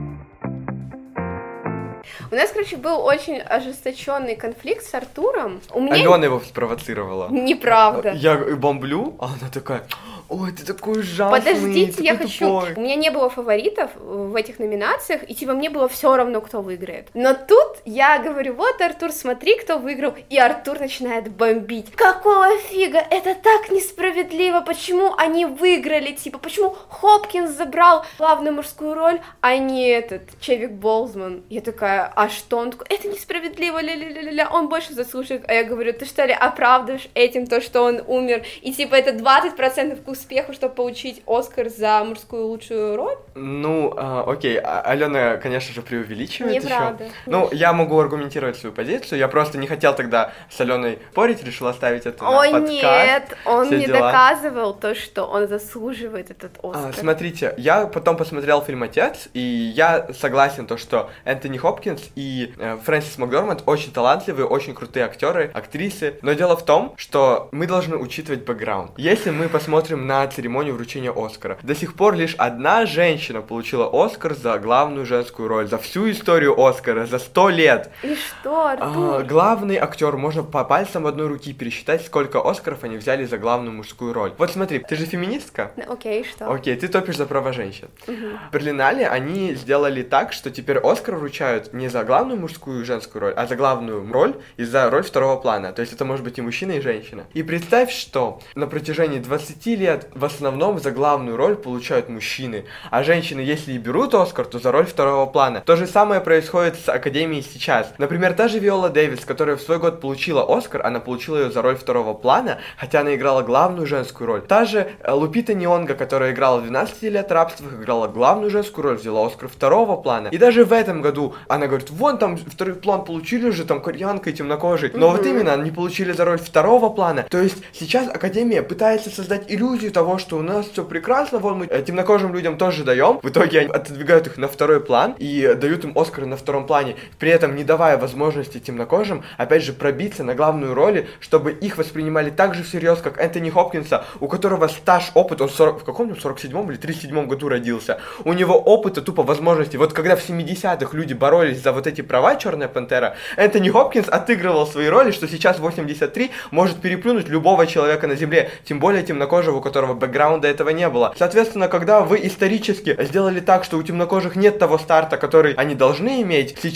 У нас, короче, был очень ожесточенный конфликт с Артуром. У меня... Алена его спровоцировала. Неправда. Я бомблю, а она такая... Ой, ты такой ужасный. Подождите, такой я хочу... тупой. У меня не было фаворитов в этих номинациях, и типа мне было все равно, кто выиграет. Но тут я говорю, вот, Артур, смотри, кто выиграл. И Артур начинает бомбить. Какого фига? Это так несправедливо. Почему они выиграли? Типа, почему Хопкинс забрал главную мужскую роль, а не этот, Чевик Болзман? Я такая, а что? Он такой, это несправедливо, ля-ля-ля-ля, он больше заслуживает. А я говорю, ты что ли оправдываешь этим то, что он умер? И типа это двадцать процентов к успеху, чтобы получить Оскар за мужскую лучшую роль? Ну, а, окей, а, Алена, конечно же, преувеличивает Неправда. еще. Ну, я могу аргументировать свою позицию, я просто не хотел тогда с Аленой спорить, решил оставить это Ой, на подкаст. нет, он все не дела. доказывал то, что он заслуживает этот Оскар. А, смотрите, я потом посмотрел фильм «Отец», и я согласен, то, что Энтони Хопкинс и э, Фрэнсис Макдорманд очень талантливые, очень крутые актеры, актрисы, но дело в том, что мы должны учитывать бэкграунд. Если мы посмотрим на церемонию вручения Оскара, до сих пор лишь одна женщина получила Оскар за главную женскую роль, за всю историю Оскара, за сто лет. И что, Артур? А, главный актер, можно по пальцам одной руки пересчитать, сколько Оскаров они взяли за главную мужскую роль. Вот смотри, ты же феминистка? Окей, что? Окей, ты топишь за права женщин. Угу. В Берлинале они сделали так, что теперь Оскар вручают не за главную мужскую и женскую роль, а за главную роль и за роль второго плана. То есть это может быть и мужчина, и женщина. И представь, что на протяжении двадцати лет в основном за главную роль получают мужчины, а женщины, если и берут Оскар, то за роль второго плана. То же самое происходит с Академией сейчас. Например, та же Виола Дэвис, которая в свой год получила Оскар, она получила ее за роль второго плана, хотя она играла главную женскую роль. Та же Лупита Нионго, которая играла в двенадцать лет рабства, играла главную женскую роль, взяла Оскар второго плана. И даже в этом году она говорит, вон там второй план получили уже, там кореянка и темнокожий, но mm-hmm. вот именно они получили за роль второго плана. То есть сейчас Академия пытается создать иллюзию того, что у нас все прекрасно, вон мы темнокожим людям тоже даем, в итоге они отодвигают их на второй план и дают им Оскары на втором плане, при этом не давая возможности темнокожим, опять же, пробиться на главную роль, чтобы их воспринимали так же всерьез, как Энтони Хопкинса, у которого стаж, опыт, он сорок, в каком-то сорок седьмом или тридцать седьмом году родился, у него опыта, тупо возможности, вот когда в семидесятых люди боролись за вот эти права Черная Пантера, Энтони Хопкинс отыгрывал свои роли, что сейчас в восемьдесят три может переплюнуть любого человека на земле, тем более темнокожего, у которого бэкграунда этого не было. Соответственно, когда вы исторически сделали так, что у темнокожих нет того старта, который они должны иметь, сейчас вы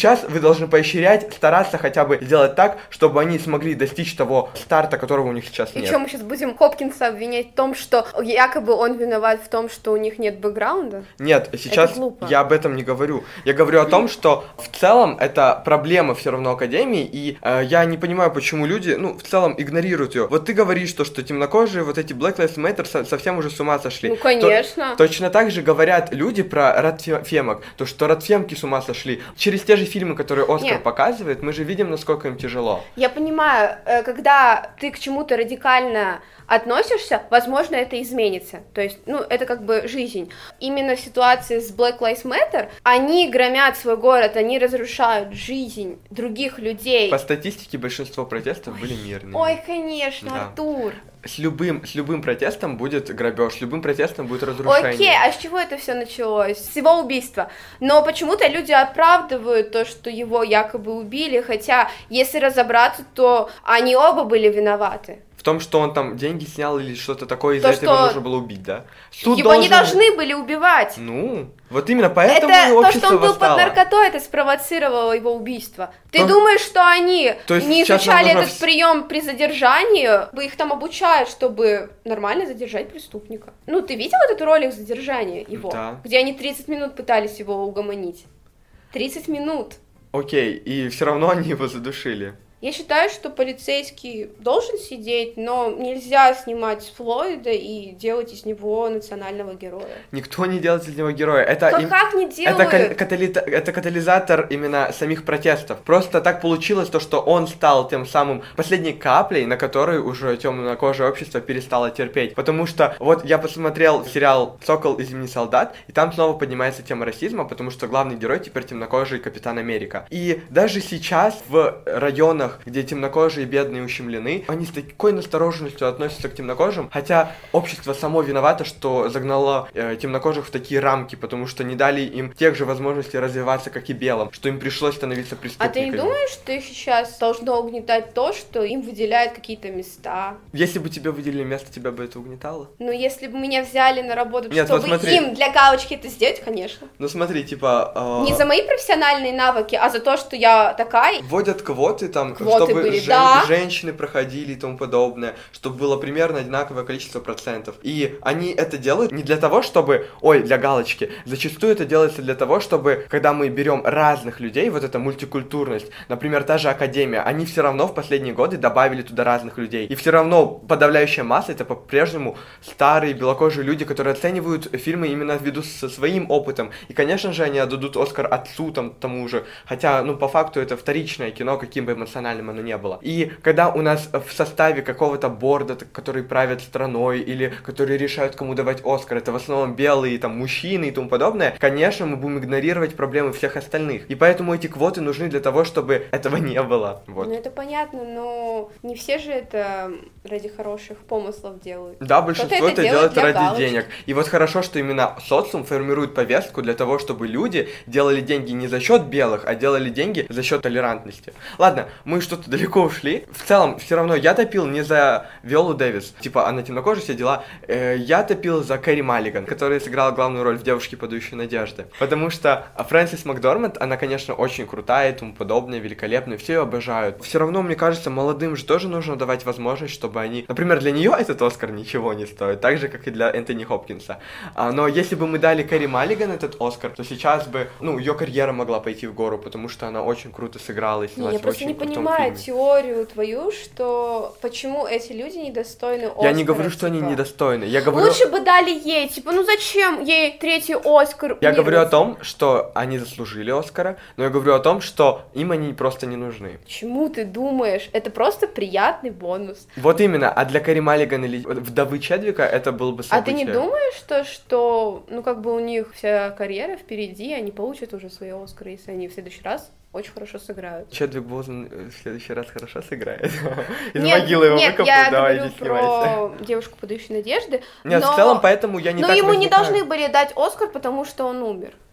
должны поощрять, стараться хотя бы сделать так, чтобы они смогли достичь того старта, которого у них сейчас нет. И что, мы сейчас будем Хопкинса обвинять в том, что якобы он виноват в том, что у них нет бэкграунда? Нет, сейчас я об этом не говорю. Я говорю о том, что в целом это проблема все равно Академии, и э, я не понимаю, почему люди, ну, в целом игнорируют ее. Вот ты говоришь, то, что темнокожие, вот эти Black Lives Matter со- совсем уже с ума сошли. Ну, конечно. То, точно так же говорят люди про радфемок, то, что радфемки с ума сошли. Через те же фильмы, которые Оскар Нет. показывает, мы же видим, насколько им тяжело. Я понимаю, э, когда ты к чему-то радикально относишься, возможно, это изменится. То есть, ну, это как бы жизнь. Именно в ситуации с Black Lives Matter, они громят свой город, они разрушают жизнь других людей. По статистике, большинство протестов были мирными. Ой, конечно, Да. Артур. С любым, с любым протестом будет грабеж, с любым протестом будет разрушение. Окей, а с чего это все началось? С его убийства. Но почему-то люди оправдывают то, что его якобы убили, хотя, если разобраться, то они оба были виноваты. В том, что он там деньги снял или что-то такое, из-за То, этого что нужно было убить, да? Суд Его должен... не должны были убивать. Ну, вот именно поэтому Это и то, общество что он был восстало. под наркотой, это спровоцировало его убийство. Ты То- думаешь, что они То есть не сейчас нам изучали нужно этот вс- прием при задержании? Их там обучают, чтобы нормально задержать преступника. Ну, ты видел этот ролик задержания его? Да. Где они тридцать минут пытались его угомонить. тридцать минут. Окей, и все равно они его задушили. Я считаю, что полицейский должен сидеть, но нельзя снимать с Флойда и делать из него национального героя. Никто не делает из него героя. Это Как, им- как не делают? Это, кат- каталита- это катализатор именно самих протестов. Просто так получилось то, что он стал тем самым последней каплей, на которой уже темнокожее общество перестало терпеть. Потому что вот я посмотрел сериал «Сокол и Зимний солдат», и там снова поднимается тема расизма, потому что главный герой теперь темнокожий Капитан Америка. И даже сейчас в районах, где темнокожие бедные ущемлены, они с такой настороженностью относятся к темнокожим, хотя общество само виновато, что загнало э, темнокожих в такие рамки, потому что не дали им тех же возможностей развиваться, как и белым, что им пришлось становиться А преступниками. ты не думаешь, что их сейчас должно угнетать то, что им выделяют какие-то места? Если бы тебе выделили место, тебя бы это угнетало? Но если бы меня взяли на работу, Нет, чтобы вот смотри. им для галочки это сделать, конечно. Ну смотри, типа... э, Не за мои профессиональные навыки, а за то, что я такая. Вводят квоты там, Квоты чтобы были, жен- да. женщины проходили и тому подобное, чтобы было примерно одинаковое количество процентов. И они это делают не для того, чтобы, ой, для галочки. Зачастую это делается для того, чтобы, когда мы берем разных людей, вот эта мультикультурность, например, та же Академия, они все равно в последние годы добавили туда разных людей. И все равно подавляющая масса это по-прежнему старые белокожие люди, которые оценивают фильмы именно ввиду со своим опытом. И, конечно же, они отдадут Оскар отцу там тому же. Хотя, ну, по факту это вторичное кино, каким бы эмоциональным оно не было. И когда у нас в составе какого-то борда, т- который правит страной, или которые решают, кому давать Оскар, это в основном белые там мужчины и тому подобное, конечно, мы будем игнорировать проблемы всех остальных. И поэтому эти квоты нужны для того, чтобы этого не было. Вот. Ну это понятно, но не все же это ради хороших помыслов делают. Да, большинство Кто-то это это делает делает для ради галочки. денег. И вот хорошо, что именно социум формирует повестку для того, чтобы люди делали деньги не за счет белых, а делали деньги за счет толерантности. Ладно, мы что-то далеко ушли. В целом, все равно я топил не за Виолу Дэвис, типа она темнокожая, все дела. Э, я топил за Кэрри Маллиган, которая сыграла главную роль в «Девушке, подающей надежды». Потому что Фрэнсис Макдорманд, она, конечно, очень крутая и тому подобное, великолепная, все ее обожают. Все равно, мне кажется, молодым же тоже нужно давать возможность, чтобы они... Например, для нее этот Оскар ничего не стоит, так же, как и для Энтони Хопкинса. А, но если бы мы дали Кэрри Маллиган этот Оскар, то сейчас бы, ну, ее карьера могла пойти в гору, потому что она очень круто сыграла и Не, снялась я в просто очень не крутом понимаю фильме. теорию твою, что почему эти люди недостойны Оскара. Я не говорю, что они типа. недостойны. Я говорю... Лучше бы дали ей, типа, ну зачем ей третий Оскар? Я говорю о мировать? том, что они заслужили Оскара, но я говорю о том, что им они просто не нужны. Почему ты думаешь? Это просто приятный бонус. Вот именно, а для Кэрри Маллиган или вдовы Чедвика это было бы событие. А ты не думаешь, что, что, ну, как бы у них вся карьера впереди, они получат уже свои Оскары, если они в следующий раз очень хорошо сыграют? Чедвик Бозман в следующий раз хорошо сыграет. Из Нет, могилы его нет, выкопают, я давай говорю иди снимайся. про «Девушку, подающую надежды». Нет, но... в целом, поэтому я не Но так ему не возникаю. должны были дать Оскар, потому что он умер.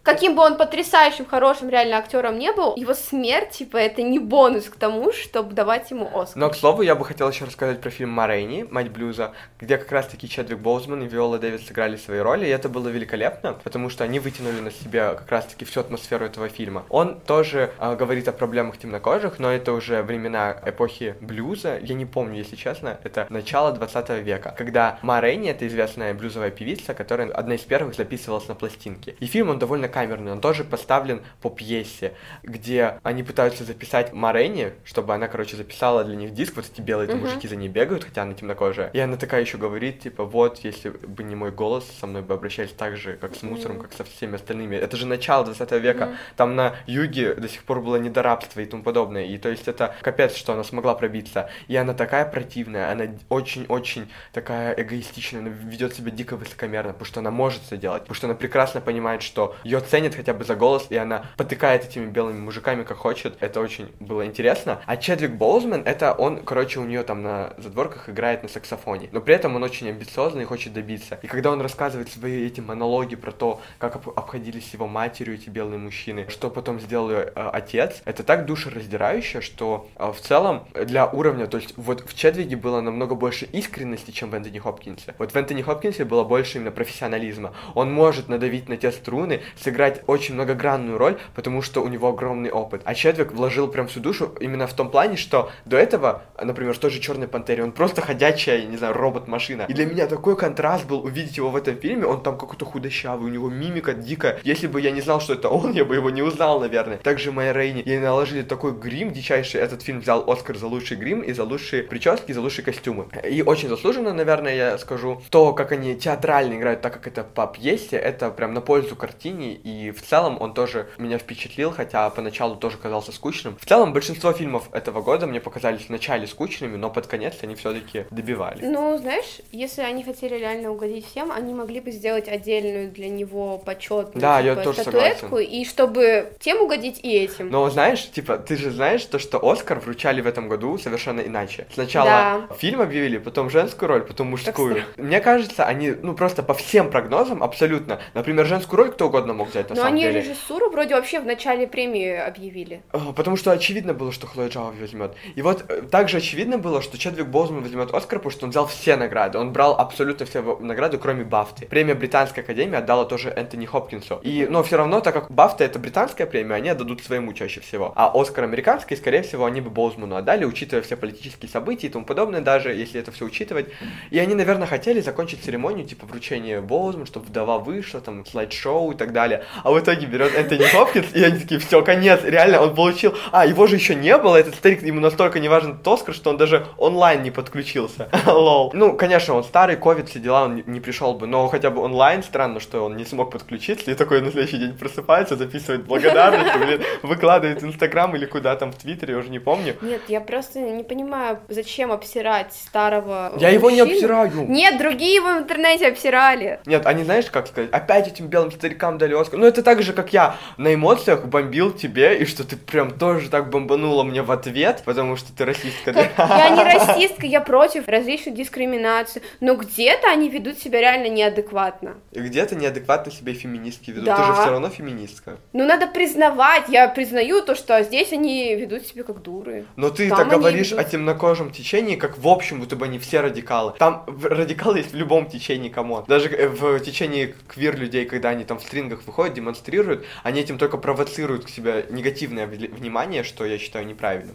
каким бы он потрясающим, хорошим реально актером не был, его смерть, типа, это не бонус к тому, чтобы давать ему Оскар. Но, к слову, я бы хотел еще рассказать про фильм «Ма Рейни. Мать блюза», где как раз-таки Чедвик Боузман и Виола Дэвис сыграли свои роли, и это было великолепно, потому что они вытянули на себе как раз-таки всю атмосферу этого фильма. Он тоже э, говорит о проблемах темнокожих, но это уже времена эпохи блюза, я не помню, если честно, это начало двадцатого века, когда Ма Рейни — это известная блюзовая певица, которая одна из первых записывалась на пластинке. И фильм, он довольно камерный, он тоже поставлен по пьесе, где они пытаются записать Ма Рейни, чтобы она, короче, записала для них диск, вот эти белые uh-huh. мужики за ней бегают, хотя она темнокожая, и она такая еще говорит, типа, вот, если бы не мой голос, со мной бы обращались так же, как с мусором, uh-huh. как со всеми остальными. Это же начало двадцатого века, uh-huh. там на юге до сих пор было недорабство и тому подобное, и то есть это капец, что она смогла пробиться, и она такая противная, она очень-очень такая эгоистичная, она ведет себя дико высокомерно, потому что она может это делать, потому что она прекрасно понимает, что ее ценят хотя бы за голос, и она потыкает этими белыми мужиками как хочет. Это очень было интересно. А Чедвик Боузман, это он, короче, у нее там на задворках играет на саксофоне, но при этом он очень амбициозный и хочет добиться. И когда он рассказывает свои эти монологи про то, как об- обходились его матерью эти белые мужчины, что потом сделал ее э, отец, это так душераздирающе, что э, в целом для уровня, то есть вот в Чедвиге было намного больше искренности, чем в Энтони Хопкинсе. Вот в Энтони Хопкинсе было больше именно профессионализма. Он может надавить на те струны, сыграть очень многогранную роль, потому что у него огромный опыт. А Чедвик вложил прям всю душу именно в том плане, что до этого, например, в той же «Черной пантере», он просто ходячая, я не знаю, робот-машина. И для меня такой контраст был увидеть его в этом фильме, он там какой-то худощавый, у него мимика дикая. Если бы я не знал, что это он, я бы его не узнал, наверное. Также Ма Рейни, ей наложили такой грим дичайший. Этот фильм взял Оскар за лучший грим и за лучшие прически, и за лучшие костюмы. И очень заслуженно, наверное, я скажу, то, как они театрально играют, так как это по пьесе, это прям на пользу картине, и в целом он тоже меня впечатлил, хотя поначалу тоже казался скучным. В целом, большинство фильмов этого года мне показались вначале скучными, но под конец они все-таки добивали. Ну, знаешь, если они хотели реально угодить всем, они могли бы сделать отдельную для него почетную да, типа, я тоже статуэтку, согласен. И чтобы тем угодить и этим. Но знаешь, типа, ты же знаешь то, что Оскар вручали в этом году совершенно иначе. Сначала да. фильм объявили, потом женскую роль, потом мужскую. Мне кажется, они, ну, просто по всем прогнозам абсолютно. Например, женскую роль кто угодно мог взять, на Но самом они деле. режиссуру вроде вообще в начале премии объявили. Потому что очевидно было, что Хлоя Джао возьмет. И вот также очевидно было, что Чедвик Боузман возьмет Оскар, потому что он взял все награды. Он брал абсолютно все награды, кроме Бафты. Премия Британской академии отдала тоже Энтони Хопкинсу. И, но все равно, так как Бафта это британская премия, они отдадут своему чаще всего. А Оскар американский, скорее всего, они бы Боузману отдали, учитывая все политические события и тому подобное, даже если это все учитывать. И они, наверное, хотели закончить церемонию, типа вручения Боузману, чтобы вдова вышла, там, слайд-шоу и так далее. А в итоге берет Энтони Хопкинс, и они такие, все, конец, реально, он получил... А, его же еще не было, этот старик, ему настолько не важен этот Оскар, что он даже онлайн не подключился. Лол. Ну, конечно, он старый, ковид, все дела, он не пришел бы, но хотя бы онлайн, странно, что он не смог подключиться, и такой на следующий день просыпается, записывает благодарность, блин, выкладывает в Инстаграм или куда там, в Твиттере, я уже не помню. Нет, я просто не понимаю, зачем обсирать старого Я мужчину. его не обсираю. Нет, другие его в интернете обсирали. Нет, они, знаешь, как сказать, опять этим белым старикам дали Оскар. Ну, это так же, как я на эмоциях бомбил тебе, и что ты прям тоже так бомбанула мне в ответ, потому что ты расистка. Как, я не расистка, я против различной дискриминации, но где-то они ведут себя реально неадекватно. И где-то неадекватно себя феминистки ведут. Да. Ты же все равно феминистка. Ну, надо признавать, я признаю то, что здесь они ведут себя как дуры. Но ты Там так они говоришь ведут... о темнокожем течении, как в общем, будто бы они все радикалы. Там радикалы есть в любом течении, камон. Даже в течении квир-людей, когда они там в стрингах выходят, демонстрируют, они этим только провоцируют к себе негативное внимание, что я считаю неправильным.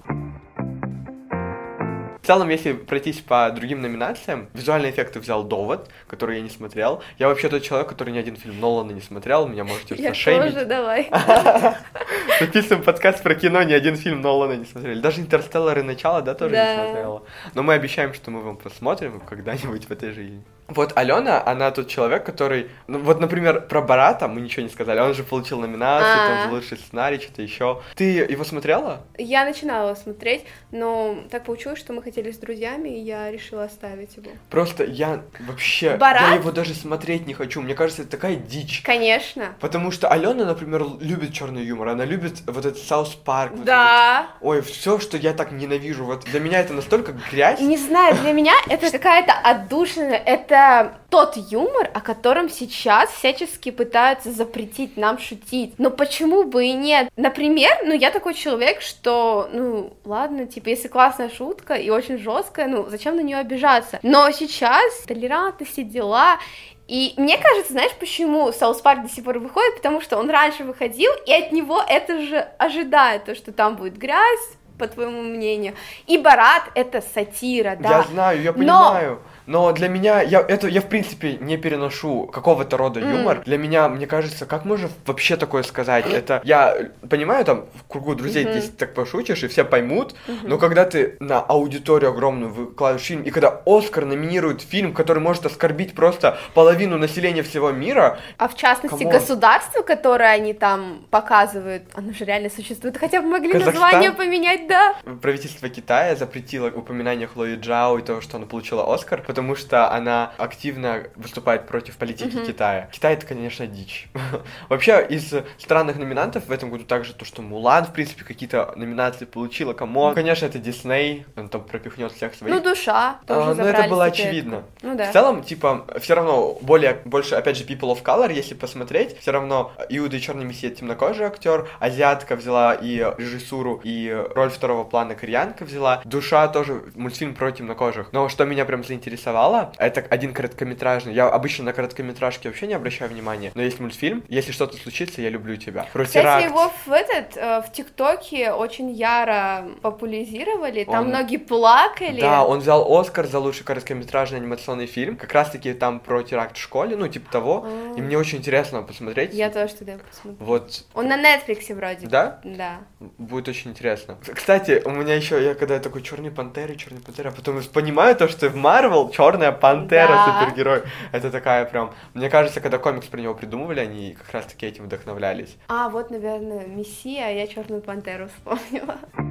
В целом, если пройтись по другим номинациям, визуальные эффекты взял «Довод», который я не смотрел. Я вообще тот человек, который ни один фильм Нолана не смотрел, меня можете зашеймить. Я тоже, давай. Записываем подкаст про кино, ни один фильм Нолана не смотрели. Даже «Интерстеллар» и «Начало», да, тоже да. не смотрела. Но мы обещаем, что мы вам посмотрим когда-нибудь в этой жизни. Вот Алена, она тот человек, который... Ну, вот, например, про Барата мы ничего не сказали. Он же получил номинацию, А-а-а. там, за лучший сценарий, что-то еще. Ты его смотрела? Я начинала смотреть, но так получилось, что мы хотели с друзьями, и я решила оставить его. Просто я вообще... Барат? Я его даже смотреть не хочу. Мне кажется, это такая дичь. Конечно. Потому что Алена, например, любит черный юмор. Она любит вот этот Саус Парк. Вот да. этот... Ой, все, что я так ненавижу. Вот для меня это настолько грязь. Не знаю, для меня это какая-то отдушина, это это тот юмор, о котором сейчас всячески пытаются запретить нам шутить. Но почему бы и нет? Например, ну, я такой человек, что, ну, ладно, типа, если классная шутка и очень жесткая, ну, зачем на нее обижаться? Но сейчас толерантность, все дела. И мне кажется, знаешь, почему Саус Парк до сих пор выходит? Потому что он раньше выходил, и от него это же ожидает, то, что там будет грязь, по твоему мнению. И Борат — это сатира, да. Я знаю, я понимаю. Но, но для меня, я, это, я в принципе не переношу какого-то рода mm. юмор. Для меня, мне кажется, как можно вообще такое сказать? Это, я понимаю, там, в кругу друзей mm-hmm. ты так пошутишь, и все поймут, mm-hmm. но когда ты на аудиторию огромную выкладываешь фильм, и когда Оскар номинирует фильм, который может оскорбить просто половину населения всего мира... А в частности, государство, которое они там показывают, оно же реально существует. Хотя бы могли Казахстан? Название поменять, да. Правительство Китая запретило упоминание Хлои Джао и того, что она получила Оскар, потому что она активно выступает против политики mm-hmm. Китая. Китай — это, конечно, дичь. Вообще, из странных номинантов в этом году также то, что Мулан, в принципе, какие-то номинации получила. Камон. Конечно, это Дисней, он там пропихнет всех своих. Ну, Душа тоже а, но это было очевидно. Ну, да. В целом, типа, все равно более, больше, опять же, People of Color, если посмотреть, все равно Иуда и Черный Мессия — темнокожий актер, азиатка взяла и режиссуру, и роль второго плана кореянка взяла. Душа тоже мультфильм про темнокожих. Но что меня прям заинтересовало, это один короткометражный. Я обычно на короткометражки вообще не обращаю внимания, но есть мультфильм «Если что-то случится, я люблю тебя». Про Кстати, теракт. его в этот, в ТикТоке очень яро популяризировали, там он... многие плакали. Да, он взял Оскар за лучший короткометражный анимационный фильм, как раз-таки там про теракт в школе, ну, типа того, А-а-а. и мне очень интересно посмотреть. Я тоже туда посмотрю. Вот. Он на Netflix вроде. Да? Да. Будет очень интересно. Кстати, у меня еще, я когда я такой Черный Пантера, Черный Пантера, а потом понимаю то, что в Марвел Черная Пантера, да. супергерой. Это такая прям, мне кажется, когда комикс про него придумывали, они как раз таки этим вдохновлялись. А, вот, наверное, Мессия, а я Черную Пантеру вспомнила.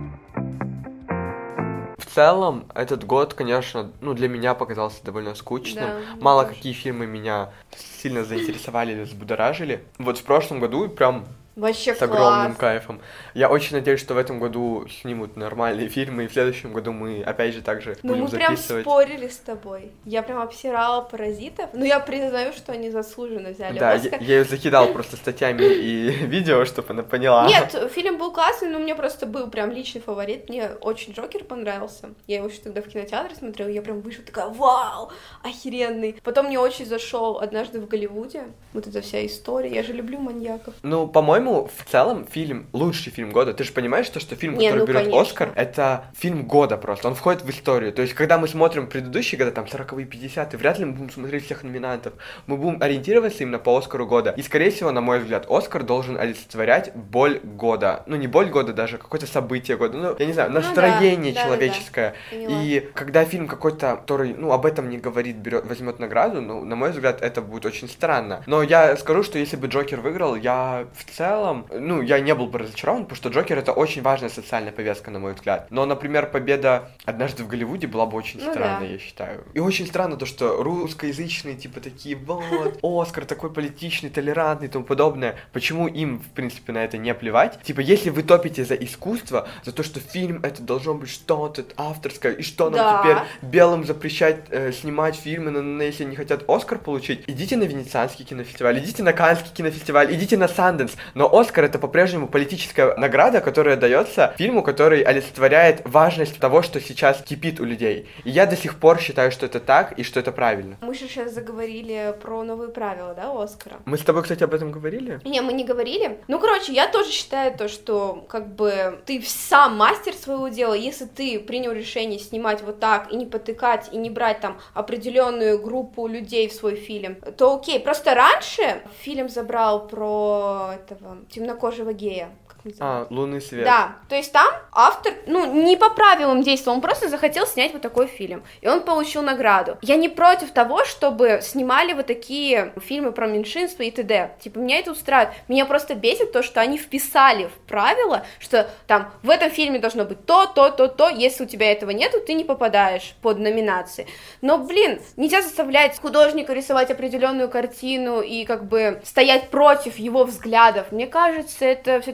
В целом, этот год, конечно, ну, для меня показался довольно скучным. Да, мало тоже. Какие фильмы меня сильно заинтересовали или взбудоражили. Вот в прошлом году прям... Вообще с огромным класс. Кайфом. Я очень надеюсь, что в этом году снимут нормальные фильмы, и в следующем году мы опять же также ну, будем записывать. Ну мы прям спорили с тобой. Я прям обсирала «Паразитов», но я признаю, что они заслуженно взяли да, Оскар. Да, я, я ее закидал просто статьями и видео, чтобы она поняла. Нет, фильм был классный, но у меня просто был прям личный фаворит. Мне очень Джокер понравился. Я его еще тогда в кинотеатре смотрела, я прям вышла такая: вау, охеренный. Потом мне очень зашел «Однажды в Голливуде». Вот эта вся история. Я же люблю маньяков. Ну, по-моему, в целом фильм, лучший фильм года. Ты же понимаешь, что, что фильм, Не, который ну, берет конечно. Оскар, это фильм года просто. Он входит в историю. То есть, когда мы смотрим предыдущие года, там, сороковые, пятидесятые, вряд ли мы будем смотреть всех номинантов. Мы будем ориентироваться именно по Оскару года. И, скорее всего, на мой взгляд, Оскар должен олицетворять боль года. Ну, не боль года даже, какое-то событие года. Ну, я не знаю, настроение ну, да, человеческое. Да, да, да. И когда фильм какой-то, который, ну, об этом не говорит, берет, возьмет награду, ну, на мой взгляд, это будет очень странно. Но я скажу, что если бы Джокер выиграл, я в целом, ну, я не был бы разочарован, потому что Джокер — это очень важная социальная повестка, на мой взгляд. Но, например, победа «Однажды в Голливуде» была бы очень ну, странной, да. я считаю. И очень странно то, что русскоязычные, типа, такие, вот, Оскар такой политичный, толерантный и тому подобное. Почему им, в принципе, на это не плевать? Типа, если вы топите за искусство, за то, что фильм это должно быть что-то авторское, и что нам да. теперь белым запрещать э, снимать фильмы, на, на, если не хотят Оскар получить, идите на Венецианский кинофестиваль, идите на Каннский кинофестиваль, идите на Санденс. Но Оскар — это по-прежнему политическая награда, которая дается фильму, который олицетворяет важность того, что сейчас кипит у людей. И я до сих пор считаю, что это так и что это правильно. Мы же сейчас заговорили про новые правила, да, Оскара? Мы с тобой, кстати, об этом говорили? Не, мы не говорили. Ну, короче, я тоже считаю то, что как бы ты сам мастер своего дела. Если ты принял решение снимать вот так и не потыкать, и не брать там определенную группу людей в свой фильм, то окей. Просто раньше фильм забрал про этого темнокожего гея. А, «Лунный свет». Да, то есть там автор, ну, не по правилам действовал, он просто захотел снять вот такой фильм, и он получил награду. Я не против того, чтобы снимали вот такие фильмы про меньшинство и т.д. Типа, меня это устраивает. Меня просто бесит то, что они вписали в правила, что там в этом фильме должно быть то, то, то, то, если у тебя этого нету, ты не попадаешь под номинации. Но, блин, нельзя заставлять художника рисовать определенную картину и как бы стоять против его взглядов. Мне кажется, это все-таки искусство.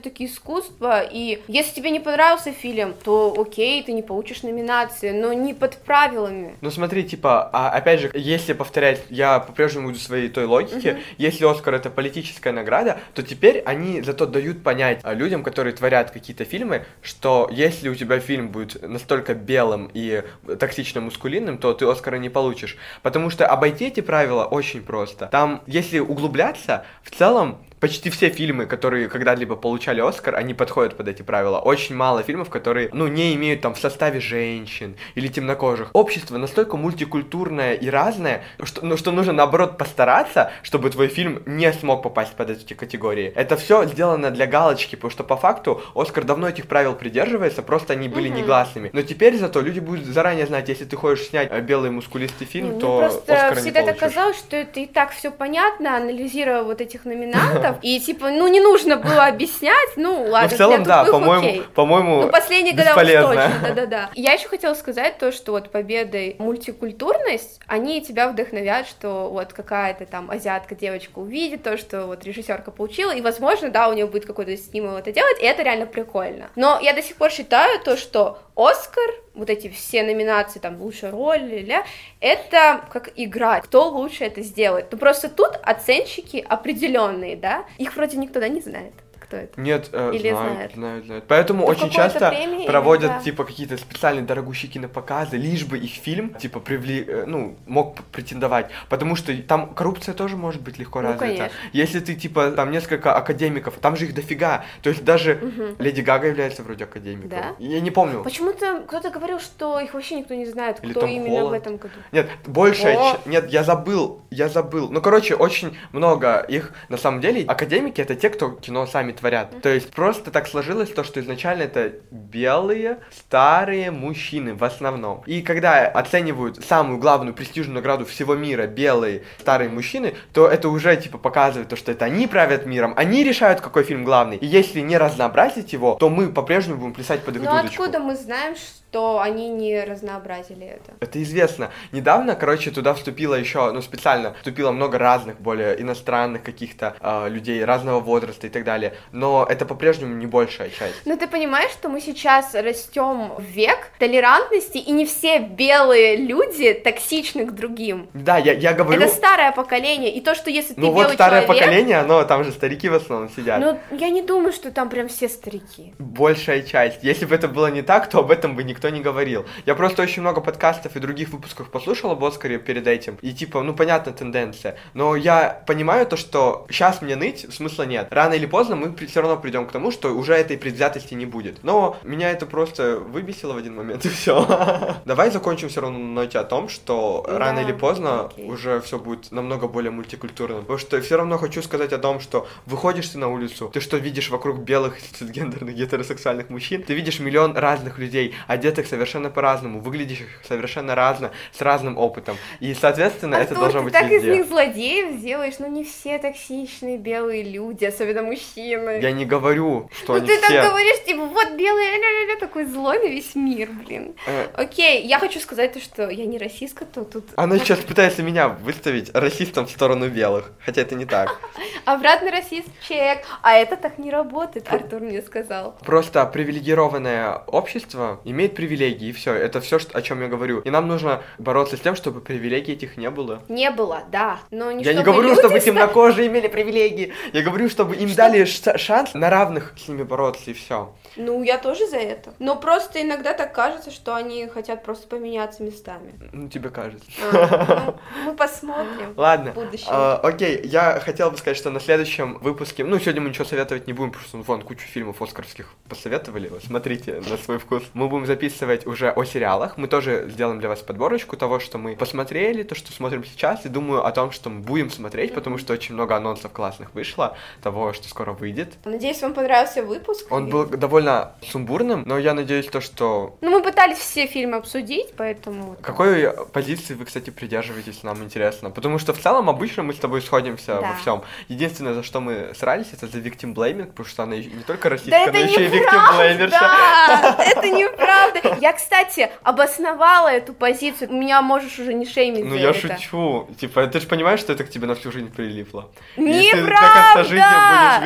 искусство, и если тебе не понравился фильм, то окей, ты не получишь номинации, но не под правилами. Ну смотри, типа, а, опять же, если повторять, я по-прежнему буду своей той логике, uh-huh. если Оскар это политическая награда, то теперь они зато дают понять людям, которые творят какие-то фильмы, что если у тебя фильм будет настолько белым и токсично мускулинным, то ты Оскара не получишь. Потому что обойти эти правила очень просто. Там, если углубляться, в целом, почти все фильмы, которые когда-либо получали Оскар, они подходят под эти правила. Очень мало фильмов, которые, ну, не имеют там в составе женщин или темнокожих. Общество настолько мультикультурное и разное, что, ну, что нужно, наоборот, постараться, чтобы твой фильм не смог попасть под эти категории. Это все сделано для галочки, потому что по факту Оскар давно этих правил придерживается, просто они были mm-hmm. негласными. Но теперь зато люди будут заранее знать, если ты хочешь снять белый мускулистый фильм, mm-hmm. то просто Оскара не всегда получишь. так казалось, что это и так все понятно, анализируя вот этих номинантов. И типа, ну не нужно было объяснять, ну ладно. Ну в целом, да, тупых, по-моему, окей. по-моему, ну последние года уж бесполезно. точно, да-да-да. Я еще хотела сказать то, что вот победой мультикультурность, они тебя вдохновят, что вот какая-то там азиатка девочка увидит то, что вот режиссерка получила, и возможно, да, у нее будет какой-то стимул это делать, и это реально прикольно. Но я до сих пор считаю то, что Оскар, вот эти все номинации, там, лучшая роль, ля, это как игра, кто лучше это сделает. Ну, просто тут оценщики определенные, да, их вроде никто, да, не знает. Это? Нет, э, Или знают, знают? знают, знают. Поэтому То очень часто премии, проводят, да. типа, какие-то специальные дорогущие кинопоказы, лишь бы их фильм, типа, привли... э, ну, мог претендовать. Потому что там коррупция тоже может быть легко ну, развита. Конечно. Если ты, типа, там несколько академиков, там же их дофига. То есть даже угу. Леди Гага является вроде академиком. Да? Я не помню. Почему-то кто-то говорил, что их вообще никто не знает, Или кто Том именно Холланд. в этом году. Нет, большая... О! Ч... Нет, я забыл, я забыл. Ну, короче, очень много их, на самом деле, академики — это те, кто кино сами творят. Mm-hmm. То есть просто так сложилось то, что изначально это белые, старые мужчины в основном. И когда оценивают самую главную престижную награду всего мира, белые, старые мужчины, то это уже, типа, показывает то, что это они правят миром, они решают, какой фильм главный. И если не разнообразить его, то мы по-прежнему будем плясать под их Но дудочку. откуда мы знаем, что они не разнообразили это? Это известно. Недавно, короче, туда вступило еще, ну, специально вступило много разных, более иностранных каких-то э, людей, разного возраста и так далее. Но это по-прежнему не большая часть. Но ты понимаешь, что мы сейчас растем в век толерантности, и не все белые люди токсичны к другим. Да, я, я говорю... Это старое поколение, и то, что если ты ну, белый вот старое человек... поколение, оно, там же старики в основном сидят. Ну, я не думаю, что там прям все старики. Большая часть. Если бы это было не так, то об этом бы никто не говорил. Я просто очень много подкастов и других выпусков послушал об Оскаре перед этим, и типа, ну, понятна тенденция. Но я понимаю то, что сейчас мне ныть смысла нет. Рано или поздно мы при... все равно придем к тому, что уже этой предвзятости не будет. Но меня это просто выбесило в один момент, и все. Давай закончим все равно на ноте о том, что да, рано или поздно окей. уже все будет намного более мультикультурным. Потому что все равно хочу сказать о том, что выходишь ты на улицу, ты что видишь вокруг белых цисгендерных гетеросексуальных мужчин, ты видишь миллион разных людей, одетых совершенно по-разному, выглядящих совершенно разно, с разным опытом. И, соответственно, Артур, это должно ты быть так везде. из них злодеев сделаешь, ну не все токсичные белые люди, особенно мужчины. Я не говорю, что Ну они ты все... так говоришь, типа, вот белый, ля-ля-ля, такой злой на весь мир, блин. Э. Окей, я хочу сказать то, что я не расистка, то тут... Она сейчас пытается меня выставить расистом в сторону белых, хотя это не так. Обратный расист, чек. А это так не работает, Артур мне сказал. Просто привилегированное общество имеет привилегии, и все. Это все, о чем я говорю. И нам нужно бороться с тем, чтобы привилегий этих не было. Не было, да, но не Я не чтобы говорю, люди чтобы ста- темнокожие имели привилегии. Я говорю, чтобы им дали ш- шанс на равных с ними бороться, и все. Ну, я тоже за это. Но просто иногда так кажется, что они хотят просто поменяться местами. Ну, тебе кажется. А, ну, мы посмотрим. Ладно, в будущем. а, окей, я хотел бы сказать, что на следующем выпуске, ну, сегодня мы ничего советовать не будем, потому что, ну, вон, кучу фильмов оскаровских посоветовали, вот, смотрите на свой вкус. Мы будем записывать уже о сериалах, мы тоже сделаем для вас подборочку того, что мы посмотрели, то, что смотрим сейчас, и думаю о том, что мы будем смотреть, потому что очень много анонсов классных вышло, того, что скоро выйдет. Надеюсь, вам понравился выпуск. Он был довольно сумбурным, но я надеюсь, то, что... Ну, мы пытались все фильмы обсудить, поэтому... Какой позиции вы, кстати, придерживаетесь, нам интересно. Потому что в целом обычно мы с тобой сходимся Да. во всем. Единственное, за что мы срались, это за victim blaming, потому что она не только Да расистка, это но еще и victim неправда! blamerша. Это неправда! Я, кстати, обосновала эту позицию. Меня можешь уже не шеймить Ну за я это. шучу. Типа, ты же понимаешь, что это к тебе на всю жизнь прилипло. И ты до конца Неправда! жизни будешь victim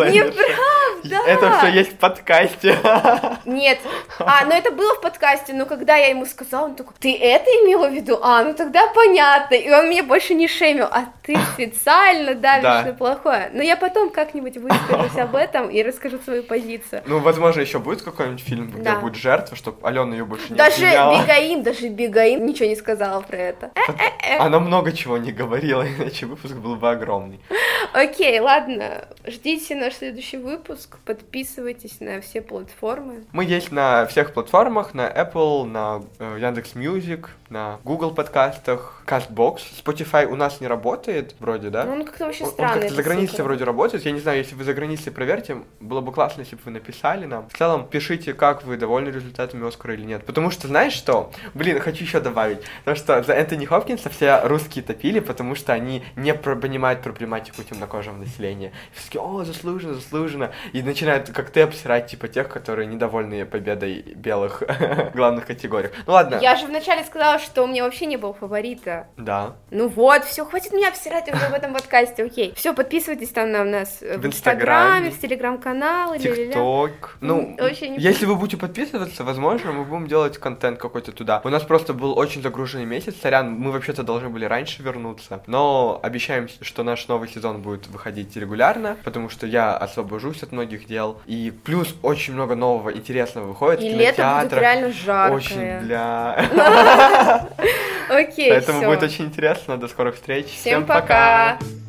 спойлеришь. Неправда! Это все есть в подкасте. Нет. А, ну это было в подкасте, но когда я ему сказала, он такой, ты это имела в виду? А, ну тогда понятно. И он меня больше не шеймил, а ты специально давишь Да. на плохое. Но я потом как-нибудь выскажусь об этом и расскажу свою позицию. Ну, возможно, еще будет какой-нибудь фильм, где Да. будет жертва, чтобы Алена ее больше не Даже обвиняла. Бегаим, даже Бегаим ничего не сказала про это. Она много чего не говорила, иначе выпуск был бы огромный. Окей, ладно, ждите наш следующий выпуск, подписывайтесь на все платформы. Мы есть на всех платформах, на Apple, на э, Яндекс.Мьюзик, на Google подкастах, Castbox. Spotify у нас не работает, вроде, да? Ну, он как-то вообще Он- он странный. как-то за границей вроде работает. Я не знаю, если вы за границей, проверьте. Было бы классно, если бы вы написали нам. В целом, пишите, как вы довольны результатами Оскара или нет. Потому что, знаешь что? Блин, хочу еще добавить. То, что за Энтони Хопкинса все русские топили, потому что они не про- понимают проблематику темнокожего населения. Все такие, о, заслуженно, заслуженно. И начинают, как ты, обсирать, типа, тех, которые недовольны победой белых в главных категориях. Ну ладно. Я же вначале сказала, что у меня вообще не было фаворита. Да. Ну вот, все, хватит меня обсирать уже в этом подкасте, окей. Все, подписывайтесь там на нас в, В Инстаграме, Инстаграме, в Телеграм-канале, ля-ля-ля. ТикТок. Ну, Вообще не если вы будете подписываться, возможно, мы будем делать контент какой-то туда. У нас просто был очень загруженный месяц, сорян, мы вообще-то должны были раньше вернуться, но обещаем, что наш новый сезон будет выходить регулярно, потому что я освобожусь от многих дел, и плюс очень много нового интересного выходит И в лето будет кинотеатрах. реально жаркое. Очень для... Окей, Поэтому всё. будет очень интересно, до скорых встреч. Всем пока!